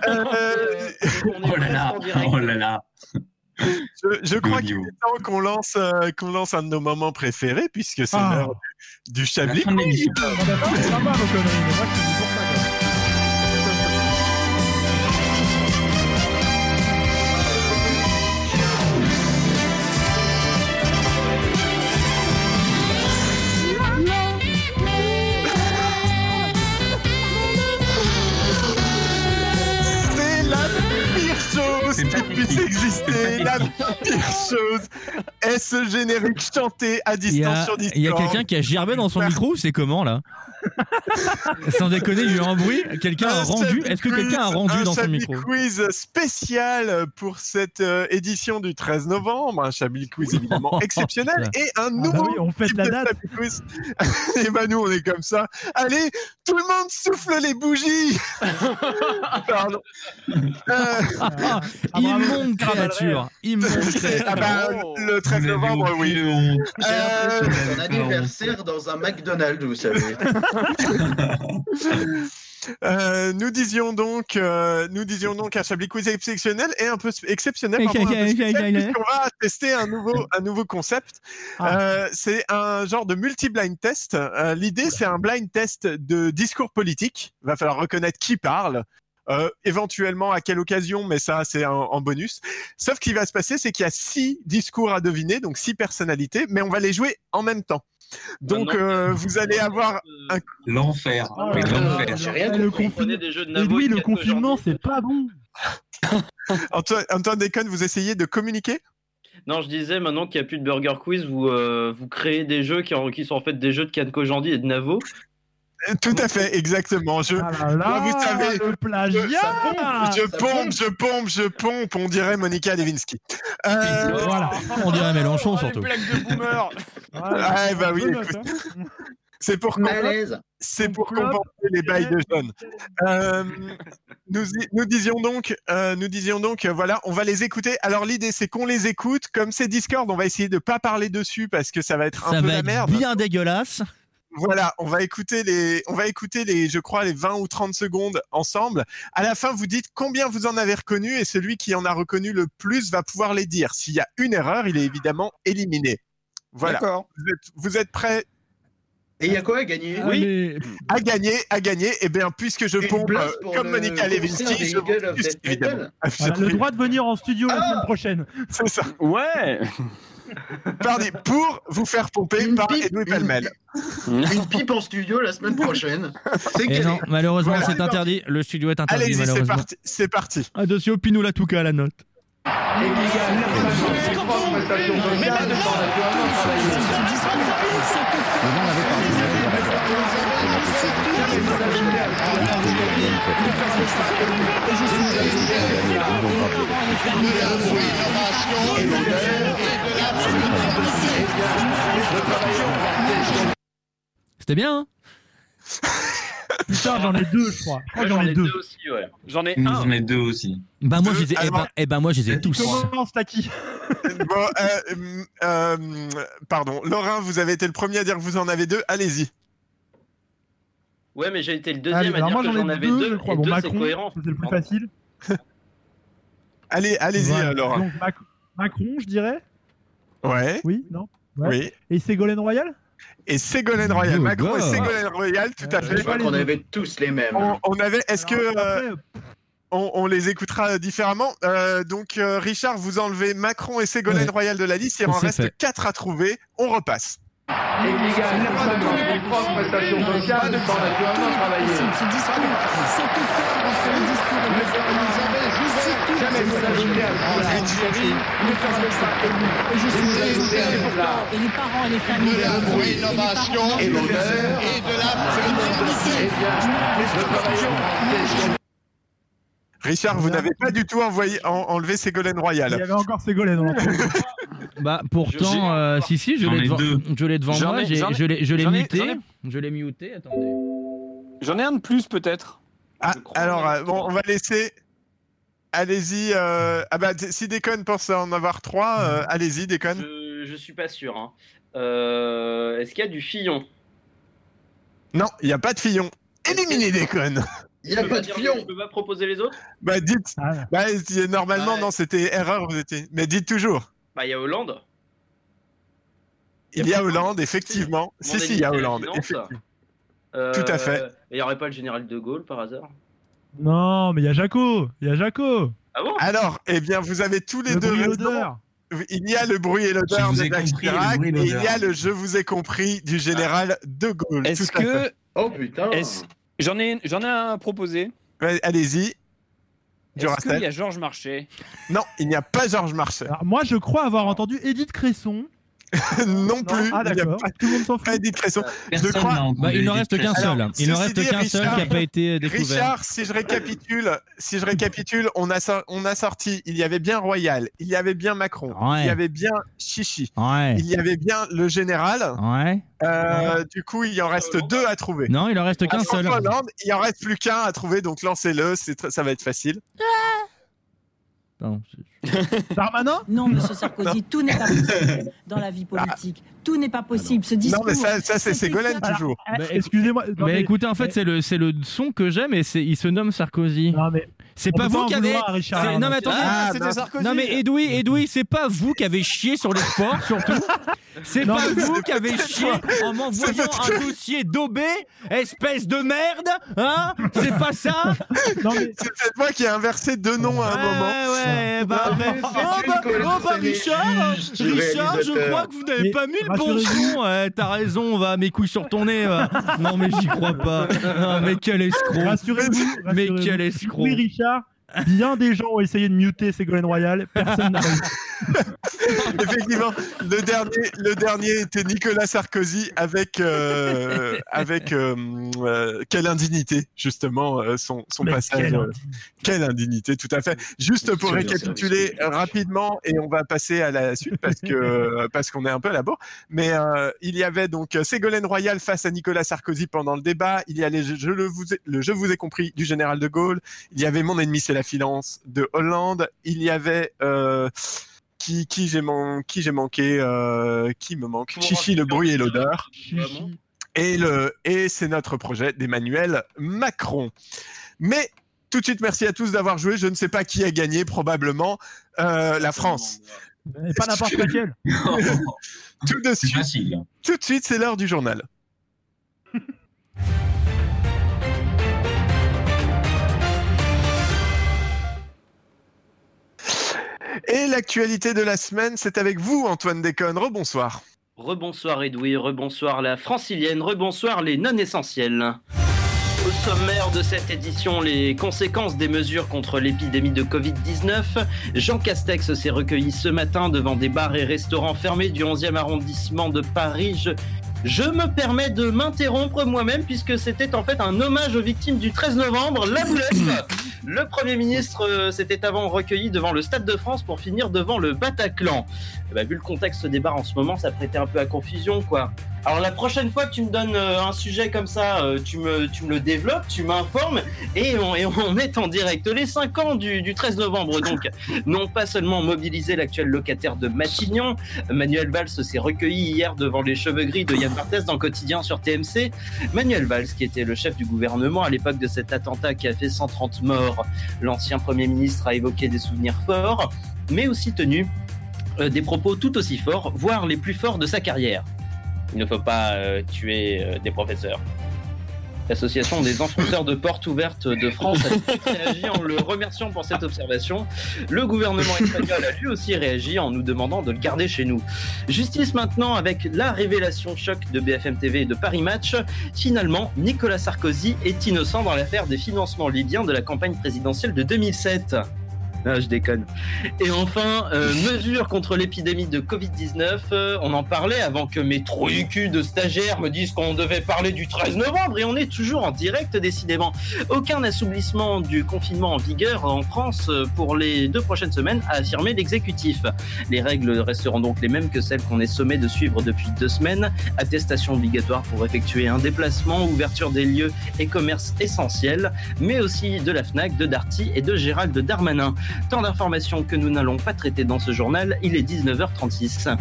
Oh là là. Je crois qu'il est temps qu'on lance un de nos moments préférés, puisque c'est l'heure du Chablis. Qui puisse exister, la pire chose est ce générique chanté à distance sur Discord. Il y a quelqu'un qui a gerbé dans son micro, c'est comment là? Sans déconner, il y a eu un bruit. Quelqu'un a rendu. Est-ce que quelqu'un a rendu dans son micro? Un quiz spécial pour cette édition du 13 novembre. Un Chablis quiz évidemment exceptionnel et un nouveau. Oui, on fête la date. Quiz. Et ben nous, on est comme ça. Allez, tout le monde souffle les bougies. Pardon. Immonde créature. Le 13 novembre, oui. C'est son anniversaire dans un McDonald's, vous savez. Nous disions donc un Chablis quiz exceptionnel et un peu exceptionnel puisqu'on va tester un nouveau concept. C'est un genre de multi-blind test. L'idée, c'est un blind test de discours politique. Il va falloir reconnaître qui parle. Éventuellement à quelle occasion, mais ça c'est en bonus. Sauf qu'il va se passer, c'est qu'il y a 6 discours à deviner, donc 6 personnalités, mais on va les jouer en même temps. Donc vous allez avoir l'enfer. J'ai rien compris. Et oui, le confinement, c'est pas bon. Antoine Déconne, vous essayez de communiquer? Non, je disais, maintenant qu'il n'y a plus de Burger Quiz, vous créez des jeux qui sont en fait des jeux de Kian Kojandi et de Navo. Tout à fait, exactement. Vous savez, le plagiat. Je pompe, on dirait Monica Lewinsky. Voilà, on dirait Mélenchon surtout. Les blagues de boomer. Ah, bah oui, écoute. C'est pour compenser les bails de jeunes. Nous disions donc, voilà, on va les écouter. Alors l'idée, c'est qu'on les écoute. Comme c'est Discord, on va essayer de pas parler dessus parce que ça va être un peu la merde. Bien dégueulasse. Voilà, on va écouter je crois, les 20 ou 30 secondes ensemble. À la fin, vous dites combien vous en avez reconnu et celui qui en a reconnu le plus va pouvoir les dire. S'il y a une erreur, il est évidemment éliminé. Voilà. D'accord. Vous êtes prêts? Et il y a quoi à gagner? Oui. À gagner. Eh bien, puisque je pompe comme Monica Lewinsky, je vous évidemment. Le droit de venir en studio la semaine prochaine. C'est ça. Ouais. Pardi, pour vous faire pomper par Edoui Pellemel. Une pipe en studio la semaine prochaine. Non, malheureusement, voilà. C'est interdit. Le studio est interdit. Allez-y, malheureusement. C'est parti. Attention, Pinou la touca à la note. C'était bien, hein? Putain, j'en ai deux, je crois. J'en ai deux aussi, ouais. J'en ai J'en ai deux aussi. Bah moi, je les ai, moi, je les ai tous. Commence, Taki. Bon, pardon. Laurent, vous avez été le premier à dire que vous en avez deux. Allez-y. Ouais, mais j'ai été le deuxième à dire que j'en avais deux. Je crois. Et Bon, deux, Macron, c'est cohérent. c'est le plus facile. Allez-y, Voilà. Laurent. Donc, Macron, je dirais. Ouais. Oui, non ouais. Oui. Et Ségolène Royal? Et Ségolène Royal. Oh, Macron et God. Ségolène Royal, tout à Je fait. crois qu'on avait tous les mêmes. On avait. Est-ce que Après, on les écoutera différemment? Donc, Richard, vous enlevez Macron et Ségolène Ouais. Royal de la liste. Il en C'est reste fait. 4 à trouver. On repasse. Ce discours, cet écart entre le discours et les surtout et je suis désolé pourtant, et les parents et les familles, de l'innovation et de la Richard, vous n'avez pas du tout enlevé Ségolène il y Royal. avait encore Ségolène. On l'entend. Bah pourtant, si, je J'en l'ai ai devant, deux. je l'ai devant J'en moi, ai- je j'en ai- l'ai j'en ai- muté. j'en ai- Je l'ai muté, attendez. J'en ai un de plus peut-être. Ah, Je crois alors, bien. bon, on va laisser. Allez-y. Ah bah, si Déconne pense en avoir 3, allez-y, Déconne. Je suis pas sûr. Hein. Est-ce qu'il y a du Fillon? Non, il n'y a pas de Fillon. Éliminez Déconne. Il n'y a pas de Fillon. Je peux pas proposer les autres? Bah, dites. Ah, Bah, normalement, Ouais. non, c'était erreur, vous étiez. Mais dites toujours. Bah, il y a Hollande. Il y a Hollande, effectivement. Mon Si, il y a ami, c'est la Hollande. finance. Effectivement. Tout à fait. Il n'y aurait pas le général de Gaulle par hasard? non, mais il y a Jaco. Il y a Jaco. Ah bon? Alors, eh bien, vous avez tous les Le deux bruit et raison. l'odeur. Il y a le bruit et l'odeur Je vous de ai Jacques compris, le Chirac, bruit et et il y a l'odeur. le je vous ai compris du général de Gaulle. Est-ce Tout à fait. que Oh putain. j'en ai un à proposer? Ouais, allez-y. Est-ce qu'il Duracell. y a Georges Marchais? Non, il n'y a pas Georges Marchais. Alors, moi, je crois avoir entendu Édith Cresson. non plus. Ah, il n'y a d'accord. Tout le monde s'en fout. pas Edith Cresson. Je Personne crois. n'a entendu Bah, il n'en Edith reste qu'un Cresson. seul. Alors, Il n'en ceci reste dit, qu'un seul Richard- qui n'a pas été découvert. Richard, si je récapitule, on a sorti, il y avait bien Royal, il y avait bien Macron, Ouais. il y avait bien Chichi, Ouais. il y avait bien le général. Ouais. Du coup, il en reste 2 à trouver. Non, il en reste qu'un seul. François Hollande, il en reste plus qu'un à trouver, donc lancez-le, ça va être facile. Pardon. Darmanin? Non, monsieur Sarkozy, tout n'est pas possible dans la vie politique. Tout n'est pas possible. Ce discours. Non, mais ça c'est cet Ségolène écart- toujours. Bah, Excusez-moi. non, Mais écoutez, en fait, c'est le son que j'aime et il se nomme Sarkozy. Non, mais C'est on pas peut vous en qui avez. vouloir à Richard. c'est- Non, mais attendez. C'était Sarkozy. Non mais Edoui, c'est pas vous qui avez chié sur les sports surtout. C'est Non, pas mais vous c'est qui avez peut-être chié toi. en m'envoyant un dossier daubé, espèce de merde, hein? C'est pas ça? Non, mais C'est peut-être moi qui ai inversé 2 noms à un moment. Ouais, bah, Non, après- mais oh c'est bah, une oh bah Richard, juste du Richard, je réalisateur. crois que vous n'avez Mais pas mis le bon rassurez-vous. son. Ouais, t'as raison, on va mes couilles sur ton nez. Va. Non mais j'y crois pas. Non, mais quel escroc. rassurez-vous. Mais rassurez-vous. quel escroc. Oui, Richard. Bien des gens ont essayé de muter Ségolène Royal. Personne n'a réussi. Effectivement, le dernier était Nicolas Sarkozy avec quelle indignité justement son Mais passage. Quelle indignité, tout à fait. Juste pour récapituler rapidement, et on va passer à la suite parce qu'on est un peu à la bourre. Mais il y avait donc Ségolène Royal face à Nicolas Sarkozy pendant le débat. Il y a le je vous ai compris du général de Gaulle. Il y avait Mon ennemi c'est la finance de Hollande. Il y avait qui me manque. Chichi, le bruit et l'odeur. Et c'est notre projet d'Emmanuel Macron. Mais tout de suite, merci à tous d'avoir joué. Je ne sais pas qui a gagné, probablement la France. Et pas n'importe laquelle. Tout de suite, Facile. tout de suite, c'est l'heure du journal. Et l'actualité de la semaine, c'est avec vous, Antoine Déconne. Rebonsoir. Rebonsoir Edoui, rebonsoir la francilienne, rebonsoir les non-essentiels. Au sommaire de cette édition, les conséquences des mesures contre l'épidémie de Covid-19. Jean Castex s'est recueilli ce matin devant des bars et restaurants fermés du 11e arrondissement de Paris. Je me permets de m'interrompre moi-même puisque c'était en fait un hommage aux victimes du 13 novembre, la boulette. Le Premier ministre s'était avant recueilli devant le Stade de France pour finir devant le Bataclan. Et bah, vu le contexte des bars en ce moment, ça prêtait un peu à confusion, quoi. Alors la prochaine fois que tu me donnes un sujet comme ça, tu me le développes, tu m'informes et on met en direct les 5 ans du 13 novembre. Donc, non pas seulement mobiliser l'actuel locataire de Matignon, Manuel Valls s'est recueilli hier devant les cheveux gris de Yann Barthès dans Quotidien sur TMC. Manuel Valls, qui était le chef du gouvernement à l'époque de cet attentat qui a fait 130 morts. L'ancien Premier ministre a évoqué des souvenirs forts, mais aussi tenu des propos tout aussi forts, voire les plus forts de sa carrière. Il ne faut pas tuer des professeurs. L'association des enfonceurs de portes ouvertes de France a réagi en le remerciant pour cette observation. Le gouvernement espagnol a lui aussi réagi en nous demandant de le garder chez nous. Justice maintenant avec la révélation choc de BFM TV et de Paris Match. Finalement, Nicolas Sarkozy est innocent dans l'affaire des financements libyens de la campagne présidentielle de 2007. Ah, je déconne. Et enfin, mesures contre l'épidémie de Covid-19. On en parlait avant que mes trucus de stagiaires me disent qu'on devait parler du 13 novembre et on est toujours en direct, décidément. Aucun assouplissement du confinement en vigueur en France pour les 2 prochaines semaines, a affirmé l'exécutif. Les règles resteront donc les mêmes que celles qu'on est sommé de suivre depuis 2 semaines. Attestation obligatoire pour effectuer un déplacement, ouverture des lieux et commerces essentiels, mais aussi de la Fnac, de Darty et de Gérald Darmanin. Tant d'informations que nous n'allons pas traiter dans ce journal, il est 19h36.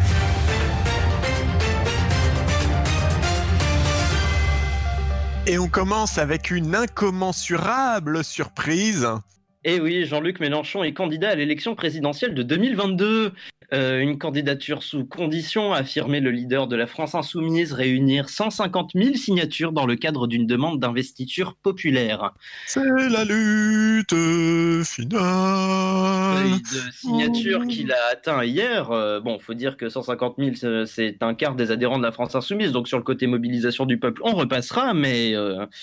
Et on commence avec une incommensurable surprise. Eh oui, Jean-Luc Mélenchon est candidat à l'élection présidentielle de 2022. Une candidature sous condition, a affirmé le leader de la France Insoumise, réunir 150 000 signatures dans le cadre d'une demande d'investiture populaire. C'est la lutte finale. De signatures qu'il a atteint hier. Bon, faut dire que 150 000, c'est un quart des adhérents de la France Insoumise. Donc sur le côté mobilisation du peuple, on repassera, mais...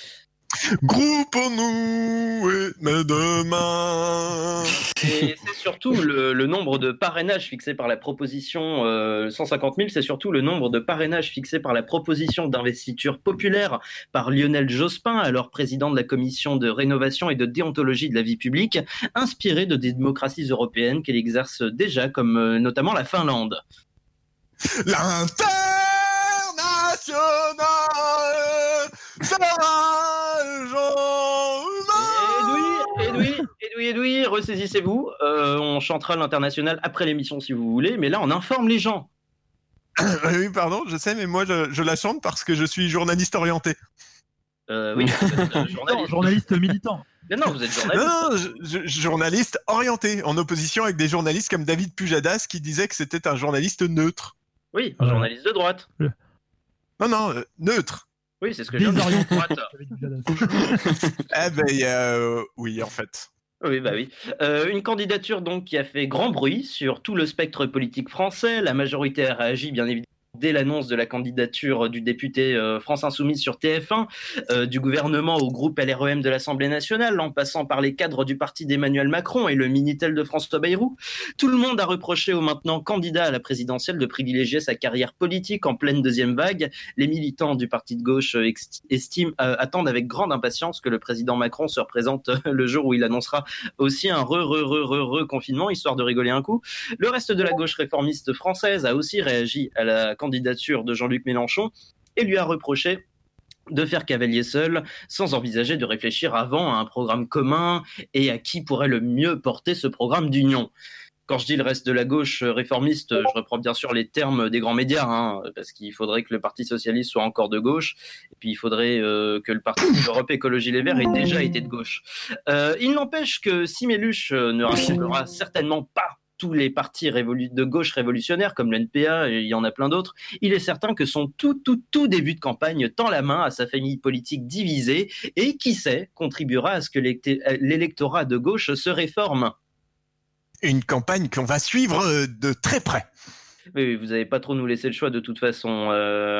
Groupons-nous et mes deux mains. Et c'est surtout le nombre de parrainages fixé par la proposition 150 000, c'est surtout le nombre de parrainages fixé par la proposition d'investiture populaire par Lionel Jospin, alors président de la commission de rénovation et de déontologie de la vie publique, inspiré de des démocraties européennes qu'elle exerce déjà, comme notamment la Finlande. L'international Edoui, ressaisissez-vous. On chantera l'international après l'émission si vous voulez, mais là on informe les gens. Oui, pardon, je sais, mais moi je la chante parce que je suis journaliste orienté. Oui, journaliste militant. Non, vous êtes journaliste. Non, journaliste orienté, en opposition avec des journalistes comme David Pujadas qui disait que c'était un journaliste neutre. Oui, un journaliste de droite. Non, neutre. Oui, c'est ce que j'ai dit. Eh ben, oui, en fait. Oui, bah oui. Une candidature donc qui a fait grand bruit sur tout le spectre politique français. La majorité a réagi, bien évidemment, dès l'annonce de la candidature du député France Insoumise sur TF1, du gouvernement au groupe LREM de l'Assemblée nationale, en passant par les cadres du parti d'Emmanuel Macron et le Minitel de François Bayrou. Tout le monde a reproché au maintenant candidat à la présidentielle de privilégier sa carrière politique en pleine deuxième vague. Les militants du parti de gauche attendent avec grande impatience que le président Macron se représente le jour où il annoncera aussi un confinement, histoire de rigoler un coup. Le reste de la gauche réformiste française a aussi réagi à la candidature de Jean-Luc Mélenchon et lui a reproché de faire cavalier seul sans envisager de réfléchir avant à un programme commun et à qui pourrait le mieux porter ce programme d'union. Quand je dis le reste de la gauche réformiste, je reprends bien sûr les termes des grands médias, parce qu'il faudrait que le Parti socialiste soit encore de gauche, et puis il faudrait que le Parti Europe Écologie Les Verts ait déjà été de gauche. Il n'empêche que Siméluche ne rassemblera certainement pas tous les partis de gauche révolutionnaires comme l'NPA, et il y en a plein d'autres. Il est certain que son tout début de campagne tend la main à sa famille politique divisée et, qui sait, contribuera à ce que l'électorat de gauche se réforme. Une campagne qu'on va suivre de très près. Oui, vous n'allez pas trop nous laisser le choix de toute façon.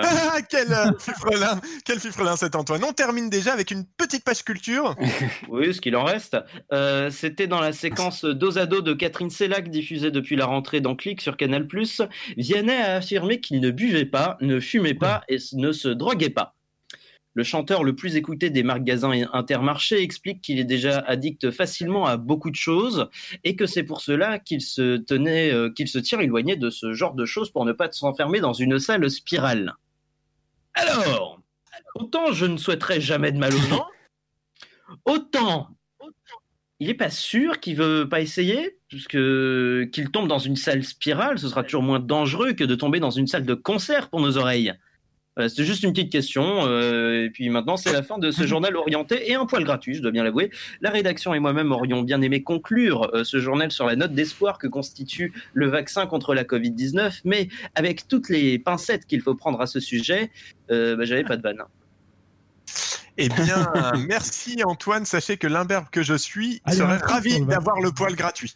Quel fifrelin cet Antoine. On termine déjà avec une petite page culture. Oui, ce qu'il en reste. C'était dans la séquence dos à dos de Catherine Sellac diffusée depuis la rentrée dans Click sur Canal+. Vianney a affirmé qu'il ne buvait pas, ne fumait pas et ne se droguait pas. Le chanteur le plus écouté des magasins Intermarché explique qu'il est déjà addict facilement à beaucoup de choses et que c'est pour cela qu'il se tient éloigné de ce genre de choses pour ne pas s'enfermer dans une sale spirale. Alors, autant je ne souhaiterais jamais de mal aux gens, autant il n'est pas sûr qu'il veut pas essayer, puisque qu'il tombe dans une sale spirale, ce sera toujours moins dangereux que de tomber dans une salle de concert pour nos oreilles. Voilà, c'était juste une petite question, et puis maintenant c'est la fin de ce journal orienté et un poil gratuit, je dois bien l'avouer. La rédaction et moi-même aurions bien aimé conclure ce journal sur la note d'espoir que constitue le vaccin contre la Covid-19, mais avec toutes les pincettes qu'il faut prendre à ce sujet, j'avais pas de vanne. Eh bien, merci Antoine. Sachez que l'imberbe que je suis serait ravi d'avoir le poil gratuit.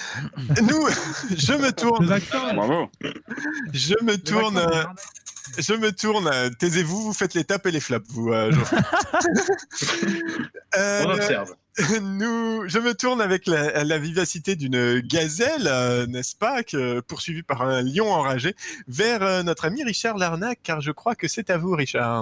Je me tourne. Bravo. Je me tourne. Taisez-vous, vous faites les tapes et les flops, vous, Geoffrey. On observe. Je me tourne avec la vivacité d'une gazelle, n'est-ce pas, poursuivie par un lion enragé, vers notre ami Richard Larnac, car je crois que c'est à vous, Richard.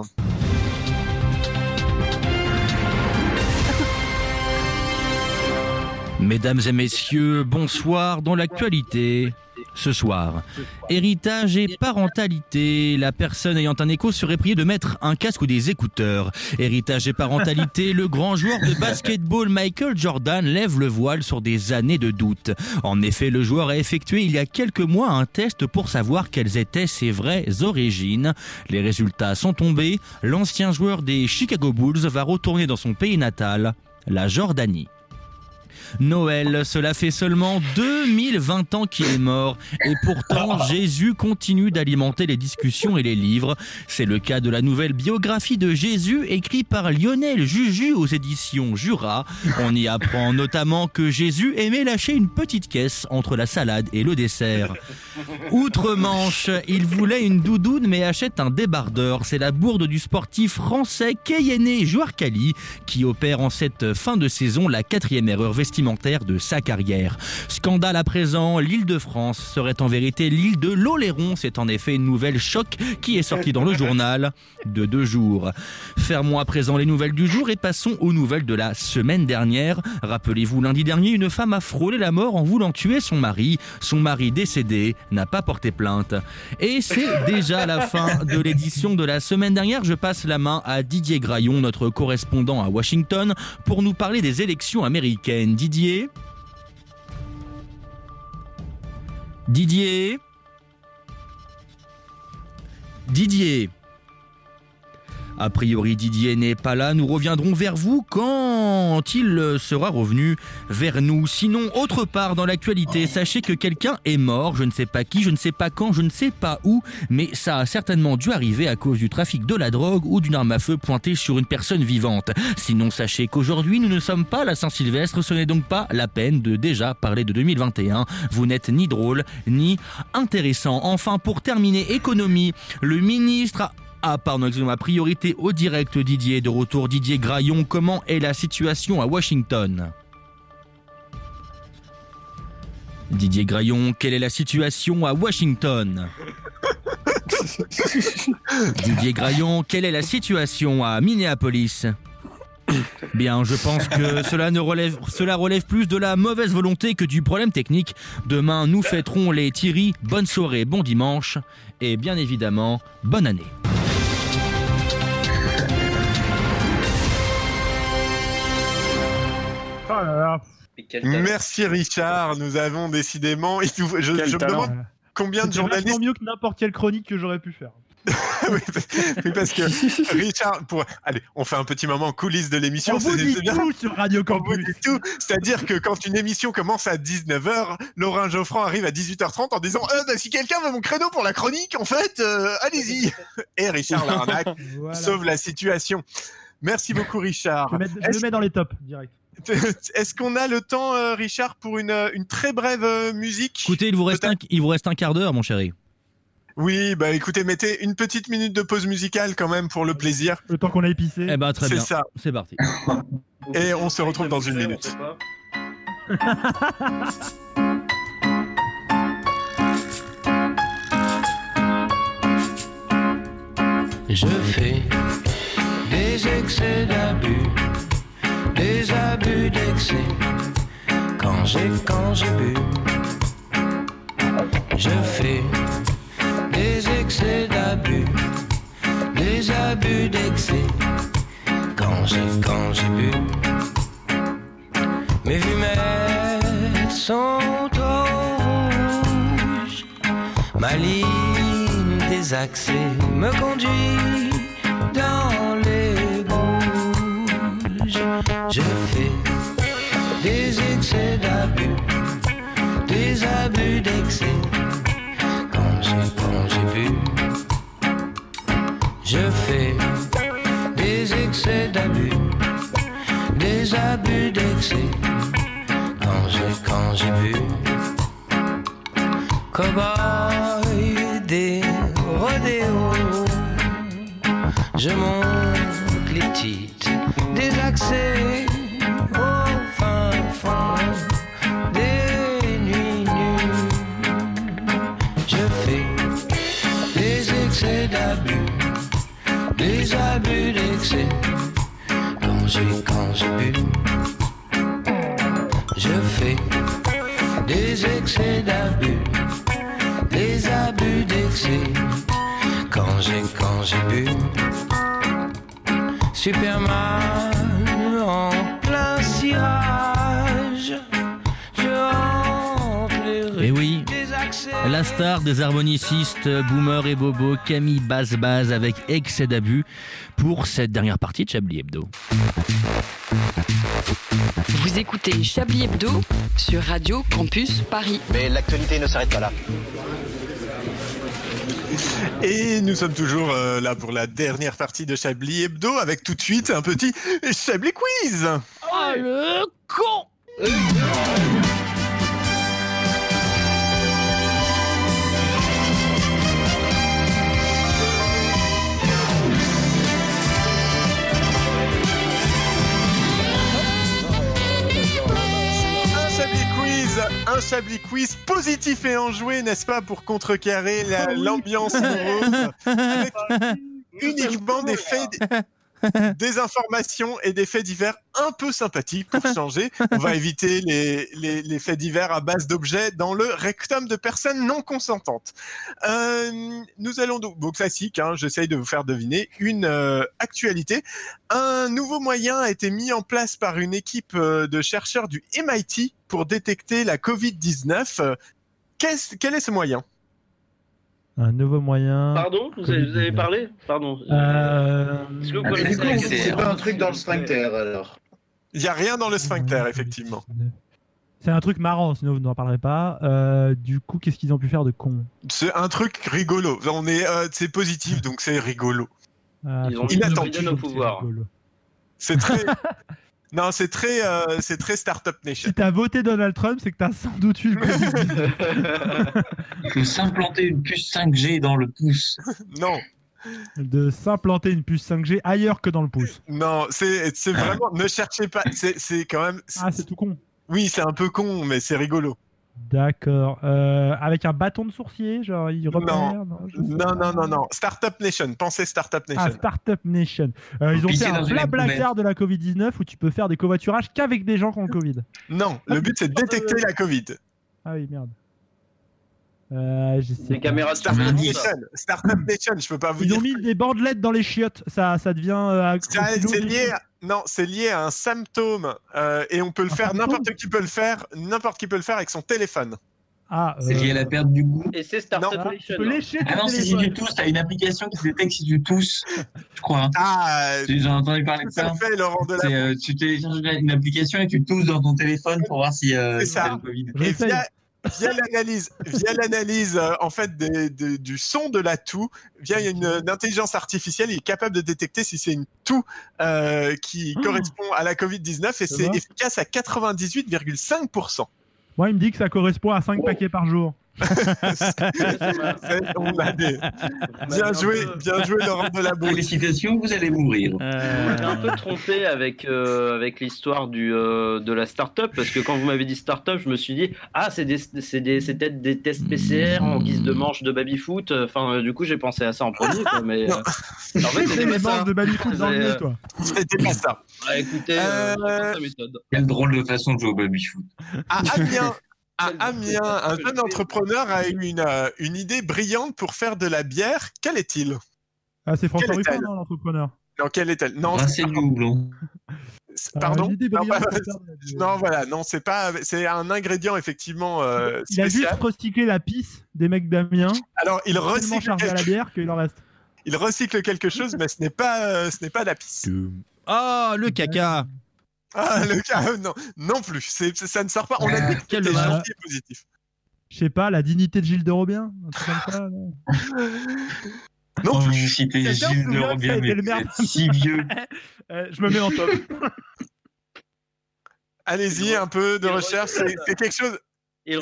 Mesdames et messieurs, bonsoir dans l'actualité. Ce soir, héritage et parentalité. La personne ayant un écho serait priée de mettre un casque ou des écouteurs. Héritage et parentalité, le grand joueur de basketball Michael Jordan lève le voile sur des années de doute. En effet, le joueur a effectué il y a quelques mois un test pour savoir quelles étaient ses vraies origines. Les résultats sont tombés. L'ancien joueur des Chicago Bulls va retourner dans son pays natal, la Jordanie. Noël, cela fait seulement 2020 ans qu'il est mort et pourtant Jésus continue d'alimenter les discussions et les livres. C'est le cas de la nouvelle biographie de Jésus écrite par Lionel Juju aux éditions Jura. On y apprend notamment que Jésus aimait lâcher une petite caisse entre la salade et le dessert. Outre-Manche, il voulait une doudoune mais achète un débardeur. C'est la bourde du sportif français Kayene Jouarkali qui opère en cette fin de saison la 4e erreur vestimentaire de sa carrière. Scandale à présent, l'Île-de-France serait en vérité l'île de l'Oléron. C'est en effet une nouvelle choc qui est sortie dans le journal de 2 jours. Fermons à présent les nouvelles du jour et passons aux nouvelles de la semaine dernière. Rappelez-vous, lundi dernier, une femme a frôlé la mort en voulant tuer son mari. Son mari décédé n'a pas porté plainte. Et c'est déjà la fin de l'édition de la semaine dernière. Je passe la main à Didier Graillon, notre correspondant à Washington, pour nous parler des élections américaines. Didier. A priori, Didier n'est pas là. Nous reviendrons vers vous quand il sera revenu vers nous. Sinon, autre part dans l'actualité, sachez que quelqu'un est mort. Je ne sais pas qui, je ne sais pas quand, je ne sais pas où, mais ça a certainement dû arriver à cause du trafic de la drogue ou d'une arme à feu pointée sur une personne vivante. Sinon, sachez qu'aujourd'hui, nous ne sommes pas à la Saint-Sylvestre. Ce n'est donc pas la peine de déjà parler de 2021. Vous n'êtes ni drôle, ni intéressant. Enfin, pour terminer, économie, le ministre ma priorité au direct. Didier de retour. Didier Graillon, comment est la situation à Washington? Didier Graillon, quelle est la situation à Washington? Didier Graillon, quelle est la situation à Minneapolis? Bien, je pense que cela relève plus de la mauvaise volonté que du problème technique. Demain, nous fêterons les Thierry. Bonne soirée, bon dimanche et bien évidemment, bonne année. Oh là là. Merci Richard, nous avons décidément... Je me demande combien de journalistes... C'est mieux que n'importe quelle chronique que j'aurais pu faire. oui, parce que Richard, allez, on fait un petit moment coulisses de l'émission. On vous dit tout sur Radio Campus. C'est-à-dire que quand une émission commence à 19h, Laurent Geoffrand arrive à 18h30 en disant si quelqu'un veut mon créneau pour la chronique, en fait, allez-y. Et Richard Larnac sauve la situation. Merci beaucoup Richard. Je le mets dans les tops, direct. Est-ce qu'on a le temps, Richard, pour une très brève musique? Écoutez, il vous reste un quart d'heure, mon chéri. Oui, bah écoutez, mettez une petite minute de pause musicale quand même pour le plaisir. Le temps qu'on a épicé. Eh ben très bien. C'est ça. C'est parti. Et on se retrouve dans une minute. Je fais des excès d'abus, des abus d'excès. Quand j'ai bu, je fais des excès d'abus, des abus d'excès. Quand j'ai bu, mes fumettes sont rouges, ma ligne des accès me conduit dans les bouges. Je fais des excès d'abus, des abus d'excès. Quand j'ai bu, je fais des excès d'abus, des abus d'excès. Quand j'ai bu, cow-boy des rodéos, je monte les titres des accès au fin fond des nuits nues. Je fais des excès d'abus, des abus d'excès. Quand j'ai bu, je fais des excès d'abus, des abus d'excès. Quand j'ai bu, Superman en plein cirage, je hante les rues. Et oui, des accès. la star des harmonicistes, Boomer et Bobo, Camille Basse avec excès d'abus pour cette dernière partie de Chablis Hebdo. Vous écoutez Chablis Hebdo sur Radio Campus Paris. Mais l'actualité ne s'arrête pas là. Et nous sommes toujours là pour la dernière partie de Chablis Hebdo avec tout de suite un petit Chablis Quiz. Oh le con! Un Chablis Quiz positif et enjoué, n'est-ce pas, pour contrecarrer l'ambiance morose, avec uniquement des faits, des informations et des faits divers un peu sympathiques pour changer. On va éviter les faits divers à base d'objets dans le rectum de personnes non consentantes. Nous allons donc classique, j'essaye de vous faire deviner une actualité. Un nouveau moyen a été mis en place par une équipe de chercheurs du MIT pour détecter la Covid-19. Quel est ce moyen ? Un nouveau moyen. Pardon, vous avez parlé ? Pardon. Est-ce que vous connaissez c'est pas un truc dans le sphincter alors. Il n'y a rien dans le sphincter, effectivement. C'est un truc marrant, sinon vous n'en parlerez pas. Du coup, qu'est-ce qu'ils ont pu faire de con ? C'est un truc rigolo. C'est positif, donc c'est rigolo. Ils ont mis au pouvoir. C'est très. Non, c'est très Startup Nation. Si t'as voté Donald Trump, c'est que t'as sans doute eu le Covid. Il faut s'implanter une puce 5G dans le pouce. Non. De s'implanter une puce 5G ailleurs que dans le pouce. Non, c'est vraiment... Ne cherchez pas. C'est quand même... C'est tout con. Oui, c'est un peu con, mais c'est rigolo. D'accord. Avec un bâton de sourcier, genre il repère. Non. Startup Nation. Pensez Startup Nation. Startup Nation. Ils ont fait un blablacar de la Covid-19 où tu peux faire des covoiturages qu'avec des gens qui ont le Covid. Non, le but c'est de détecter la Covid. Ah oui, merde. Les caméras Startup Nation, je peux pas vous dire. Ils ont mis des bandelettes dans les chiottes. Ça devient. C'est lié à un symptôme et on peut le faire. N'importe qui peut le faire avec son téléphone. C'est lié à la perte du goût. Et c'est Startup Nation. Tu peux lécher ton non, c'est si tu tousses. T'as une application qui détecte si tu tousses, je crois. J'ai entendu parler de ça. Tout à fait, Laurent Delahousse. Tu télécharges une application et tu tousses dans ton téléphone pour voir si t'as le Covid. Via l'analyse en fait du son de la toux, via une intelligence artificielle, il est capable de détecter si c'est une toux qui correspond à la Covid-19 et c'est efficace à 98,5%. Moi, il me dit que ça correspond à 5 paquets par jour. On a des... Bien joué Laurent Delabrouille. Félicitations, vous allez mourir. Vous m'avez un peu trompé avec l'histoire de la start-up, parce que quand vous m'avez dit start-up, je me suis dit c'est peut-être des tests PCR en guise de manche de baby-foot. Enfin, du coup, j'ai pensé à ça en premier, quoi, mais en fait, c'était pas ça. de baby-foot dans le nez, toi. C'était pas ça. Écoutez, sa méthode. Quelle drôle de façon de jouer au baby-foot. À Amiens, un jeune entrepreneur a eu une idée brillante pour faire de la bière. Quelle est-il? Ah, c'est François Ruffin, non, l'entrepreneur? Non, quelle est-elle? Non, c'est du houblon. Pardon? Non, voilà, non, c'est pas. C'est un ingrédient effectivement. Il a juste recyclé la pisse des mecs d'Amiens. Alors, il recycle chargé à la bière qu'il en reste. Il recycle quelque chose, mais ce n'est pas de la pisse. Ah, le caca. Ah, le caca, non plus. Ça ne sort pas. On a dit que quel c'était dommage. gentil et positif. Je sais pas, la dignité de Gilles de Robien, un truc comme ça. Non, vous citez Gilles de Robien, mais vous êtes si vieux. Je me mets en top. Allez-y, un peu de recherche. C'est quelque chose. Il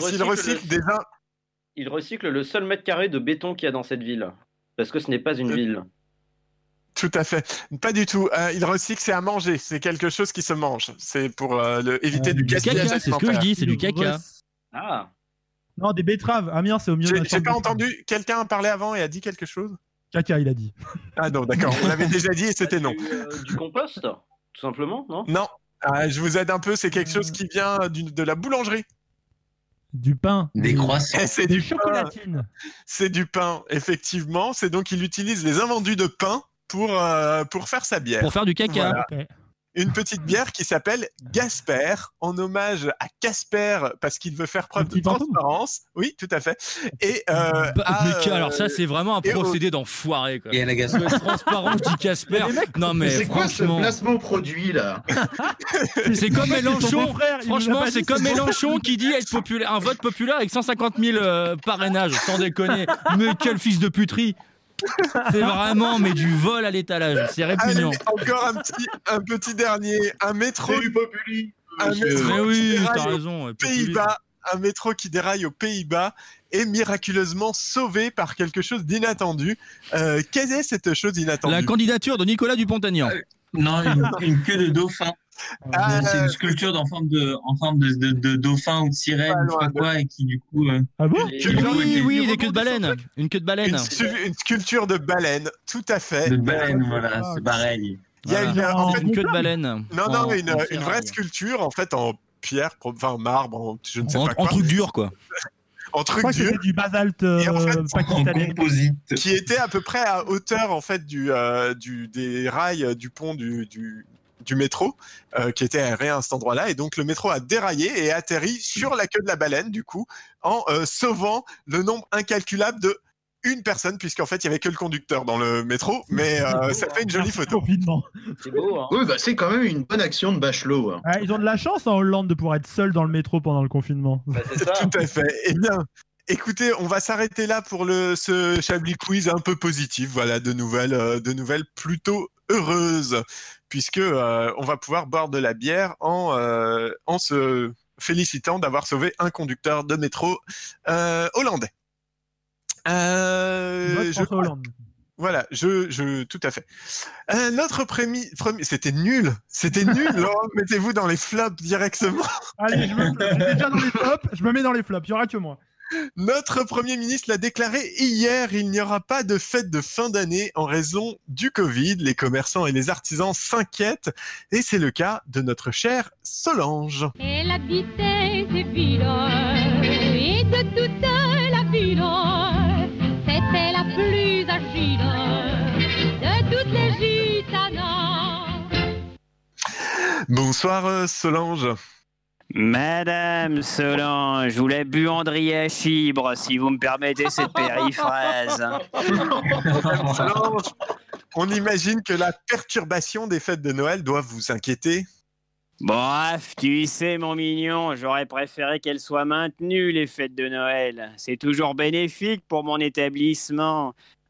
recycle le seul mètre carré de béton qu'il y a dans cette ville, parce que ce n'est pas une ville. Tout à fait. Pas du tout. Il recycle, c'est à manger. C'est quelque chose qui se mange. C'est pour éviter du gaspillage caca, c'est ce que je dis, c'est du caca. Ah. Non, des betteraves. Amiens, c'est au milieu de la J'ai pas entendu. Quelqu'un a parlé avant et a dit quelque chose? Caca, il a dit. Ah non, d'accord. On l'avait déjà dit et c'était non. Du compost, tout simplement, non? Non. Je vous aide un peu. C'est quelque chose qui vient de la boulangerie. Du pain. Des croissants. C'est des du chocolatines. C'est du pain, effectivement. C'est donc il utilise les invendus de pain pour faire sa bière. Pour faire du caca. Voilà. Okay. Une petite bière qui s'appelle Gasper, en hommage à Casper, parce qu'il veut faire preuve de transparence. Oui, tout à fait. Et alors ça, c'est vraiment un procédé d'enfoiré. Quoi. Et à la Gasper. Transparence du Casper. Non mais c'est quoi ce placement produit là? C'est comme Mélenchon. Franchement, c'est comme Mélenchon qui dit être populaire, un vote populaire avec 150 000 parrainages, sans déconner. Mais quel fils de puterie! C'est vraiment du vol à l'étalage, c'est répugnant. Allez, encore un petit dernier, un métro. C'est du populi. Mais oui, t'as raison. Pays-Bas, un métro qui déraille aux Pays-Bas est miraculeusement sauvé par quelque chose d'inattendu. Quelle est cette chose inattendue? La candidature de Nicolas Dupont-Aignan. Non, une queue de dauphin. C'est une sculpture en forme de dauphin ou de sirène, je sais pas quoi, et qui du coup. Ah bon? Oui, des queues de baleine. Une queue de baleine. Une sculpture de baleine, tout à fait. De baleine, voilà, c'est pareil. Il y a une queue de baleine. Non, une vraie sculpture en fait en pierre, enfin marbre, je ne sais pas quoi. En truc dur quoi. En truc dur. C'était du basalte pakistanais. Composite. Qui était à peu près à hauteur en fait des rails du pont du métro, qui était aéré à cet endroit-là, et donc le métro a déraillé et atterri sur la queue de la baleine du coup, en sauvant le nombre incalculable de une personne, puisqu'en fait il y avait que le conducteur dans le métro, mais ça fait une jolie photo. C'est beau, hein. Oui, c'est quand même une bonne action de Bachelot. Hein. Ils ont de la chance en Hollande de pouvoir être seuls dans le métro pendant le confinement. C'est ça. Tout à fait. Eh bien, écoutez, on va s'arrêter là pour ce Chablis Quiz un peu positif. Voilà, de nouvelles plutôt heureuses, puisque on va pouvoir boire de la bière en se félicitant d'avoir sauvé un conducteur de métro hollandais. Voilà, tout à fait. Notre premier, c'était nul. Laurent, mettez-vous dans les flops directement. Allez, j'étais déjà dans les flops, je me mets dans les flops, il n'y aura que moi. Notre Premier ministre l'a déclaré hier, il n'y aura pas de fête de fin d'année en raison du Covid. Les commerçants et les artisans s'inquiètent et c'est le cas de notre chère Solange. Elle habitait ces villes et de toute la ville, c'était la plus agile de toutes les gitanas. Bonsoir Solange. Madame Solange, ou la buanderie à chibre, si vous me permettez cette périphrase. Solange, on imagine que la perturbation des fêtes de Noël doit vous inquiéter. Bref, tu sais mon mignon, j'aurais préféré qu'elles soient maintenues les fêtes de Noël. C'est toujours bénéfique pour mon établissement.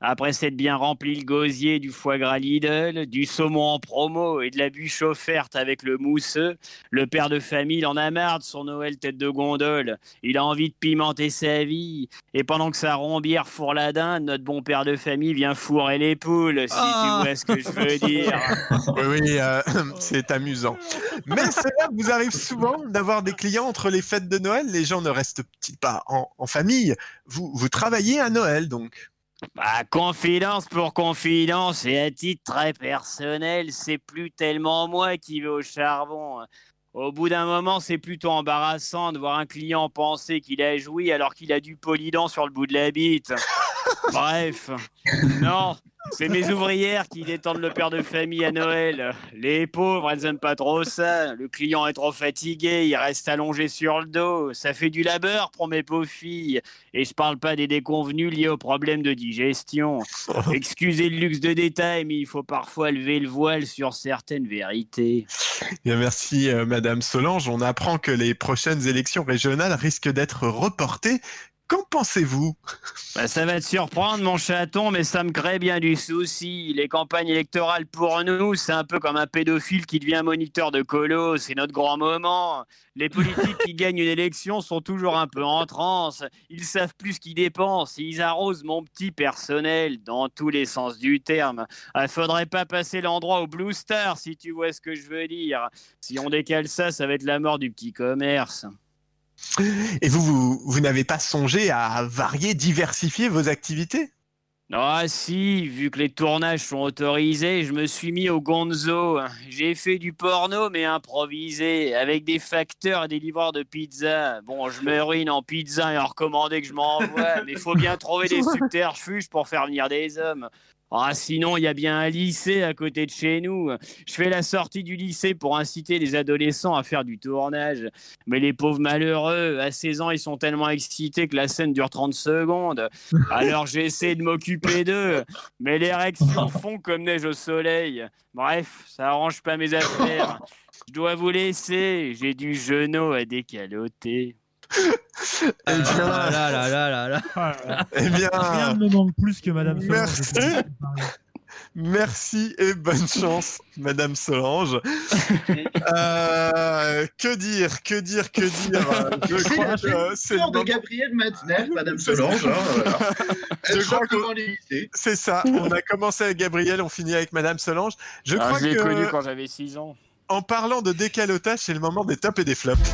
Après s'être bien rempli le gosier du foie gras Lidl, du saumon en promo et de la bûche offerte avec le mousseux, le père de famille il en a marre de son Noël tête de gondole. Il a envie de pimenter sa vie. Et pendant que sa rombière fourre la dinde, notre bon père de famille vient fourrer les poules, si tu vois ce que je veux dire. Oui, c'est amusant. Mais cela vous arrive souvent d'avoir des clients entre les fêtes de Noël. Les gens ne restent-ils pas en famille? Vous travaillez à Noël, donc. Bah, confidence pour confidence et à titre très personnel, c'est plus tellement moi qui vais au charbon. Au bout d'un moment, c'est plutôt embarrassant de voir un client penser qu'il a joui alors qu'il a du polydent sur le bout de la bite. Bref, non, c'est mes ouvrières qui détendent le père de famille à Noël. Les pauvres, elles aiment pas trop ça. Le client est trop fatigué, il reste allongé sur le dos. Ça fait du labeur pour mes pauvres filles. Et je parle pas des déconvenus liés aux problèmes de digestion. Excusez le luxe de détail, mais il faut parfois lever le voile sur certaines vérités. Bien, merci Madame Solange. On apprend que les prochaines élections régionales risquent d'être reportées. Qu'en pensez-vous? Bah, ça va te surprendre, mon chaton, mais ça me crée bien du souci. Les campagnes électorales pour nous, c'est un peu comme un pédophile qui devient moniteur de colo. C'est notre grand moment. Les politiques qui gagnent une élection sont toujours un peu en transe. Ils savent plus ce qu'ils dépensent. Ils arrosent mon petit personnel dans tous les sens du terme. Faudrait pas passer l'endroit au Blue Star, si tu vois ce que je veux dire. Si on décale ça, ça va être la mort du petit commerce. Et vous n'avez pas songé à varier, diversifier vos activités? Ah si, vu que les tournages sont autorisés, je me suis mis au gonzo. J'ai fait du porno mais improvisé, avec des facteurs et des livreurs de pizza. Bon, je me ruine en pizza et en recommandé que je m'envoie, mais il faut bien trouver des subterfuges pour faire venir des hommes. Ah, sinon, il y a bien un lycée à côté de chez nous. Je fais la sortie du lycée pour inciter les adolescents à faire du tournage. Mais les pauvres malheureux, à 16 ans, ils sont tellement excités que la scène dure 30 secondes. Alors j'essaie de m'occuper d'eux. Mais les réactions font comme neige au soleil. Bref, ça arrange pas mes affaires. Je dois vous laisser. J'ai du genou à décaloter. Eh bien, rien ne me manque plus que Madame Solange. Merci et bonne chance, Madame Solange. Que dire Je crois que c'est le de Gabriel Matzneff, Madame Solange. Je crois que c'est ça. On a commencé avec Gabriel, on finit avec Madame Solange. Je crois que je l'ai connu quand j'avais 6 ans. En parlant de décalotage, c'est le moment des tops et des flops.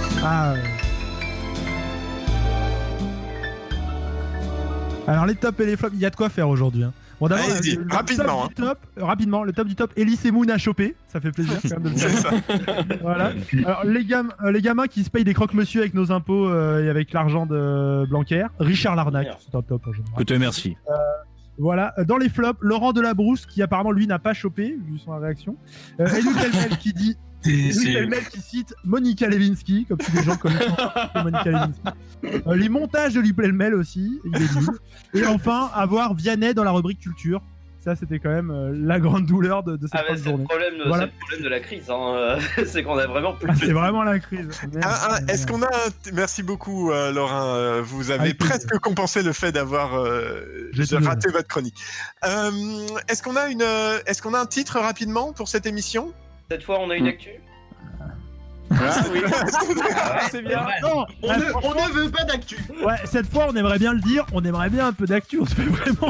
Alors les tops et les flops, il y a de quoi faire aujourd'hui. Hein. Bon, d'abord, rapidement, le top du top, Elise et Moon à choper, ça fait plaisir quand même de le faire. Ça. Voilà. Alors les gamins qui se payent des croque-monsieur avec nos impôts et avec l'argent de Blanquer. Richard Larnac, c'est un top en général. Écoutez, merci. Voilà, dans les flops, Laurent Delabrousse qui apparemment lui n'a pas chopé vu son réaction. Elie Pellemel qui dit Pellemel qui cite Monica Lewinsky, comme si les gens connaissent Monica Lewinsky. Les montages de Lee Pellemel aussi, il est nul. Et enfin, avoir Vianney dans la rubrique culture. Ça, c'était quand même la grande douleur de cette fin de journée. C'est le problème de la crise, hein. C'est qu'on a vraiment plus. C'est vraiment la crise. Est-ce qu'on a Merci beaucoup, Laurent. Vous avez presque compensé le fait d'avoir raté votre chronique. Est-ce qu'on a un titre rapidement pour cette émission? Cette fois, on a une actu. Oui. C'est bien. Non, on ne veut pas d'actu. Ouais, cette fois, on aimerait bien le dire. On aimerait bien un peu d'actu. On se fait vraiment.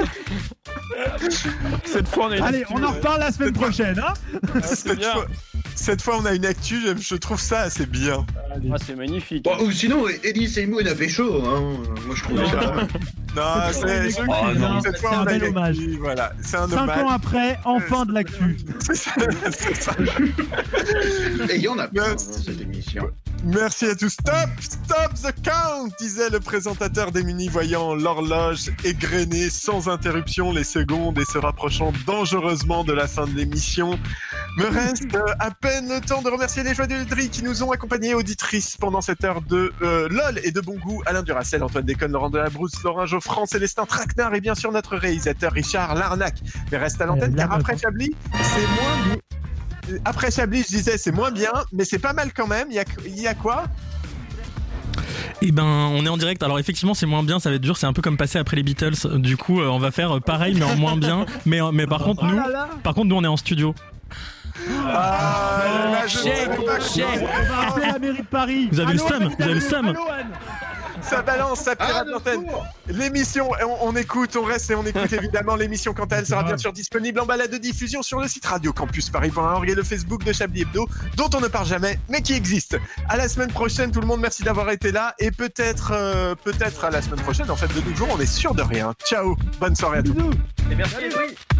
Cette fois, on a une Allez, actu, on en reparle la semaine prochaine, hein. Cette fois, on a une actu. Je trouve ça assez bien. C'est magnifique. Bon, ou sinon, Elie Seymour a fait chaud. Hein. Moi, je trouve ça. Non, cette fois, on a un bel hommage. Voilà, c'est un hommage. 5 ans après, enfin de l'actu. C'est ça. Et il y en a plein dans cette émission. Merci à tous. Stop the count, disait le présentateur démuni voyant l'horloge égrener sans interruption les secondes et se rapprochant dangereusement de la fin de l'émission. Me reste à peine le temps de remercier les joyeuseries qui nous ont accompagnés, auditrices, pendant cette heure de LOL et de bon goût. Alain Duracell, Antoine Déconne, Laurent Delabrousse, Laurent Geoffrand, Célestin Traquenard et bien sûr notre réalisateur Richard Larnac. Mais reste à l'antenne car après Chablis, c'est moins bien. Après Chablis, je disais c'est moins bien, mais c'est pas mal quand même. Il y a quoi ? Eh ben, on est en direct. Alors effectivement, c'est moins bien, ça va être dur. C'est un peu comme passer après les Beatles. Du coup, on va faire pareil, mais en moins bien. Mais par contre, nous, on est en studio. Chèque. On va appeler la mairie de Paris. Vous avez le seum. Ça balance, ça pirate l'antenne. L'émission, on écoute, on reste et on écoute évidemment. L'émission, quant à elle, sera bien sûr disponible en balade de diffusion sur le site radiocampusparis.org et le Facebook de Chablis Hebdo, dont on ne parle jamais, mais qui existe. À la semaine prochaine, tout le monde, merci d'avoir été là. Et peut-être à la semaine prochaine, en fait, de nouveau, on est sûr de rien. Ciao, bonne soirée à tous. Et merci, oui.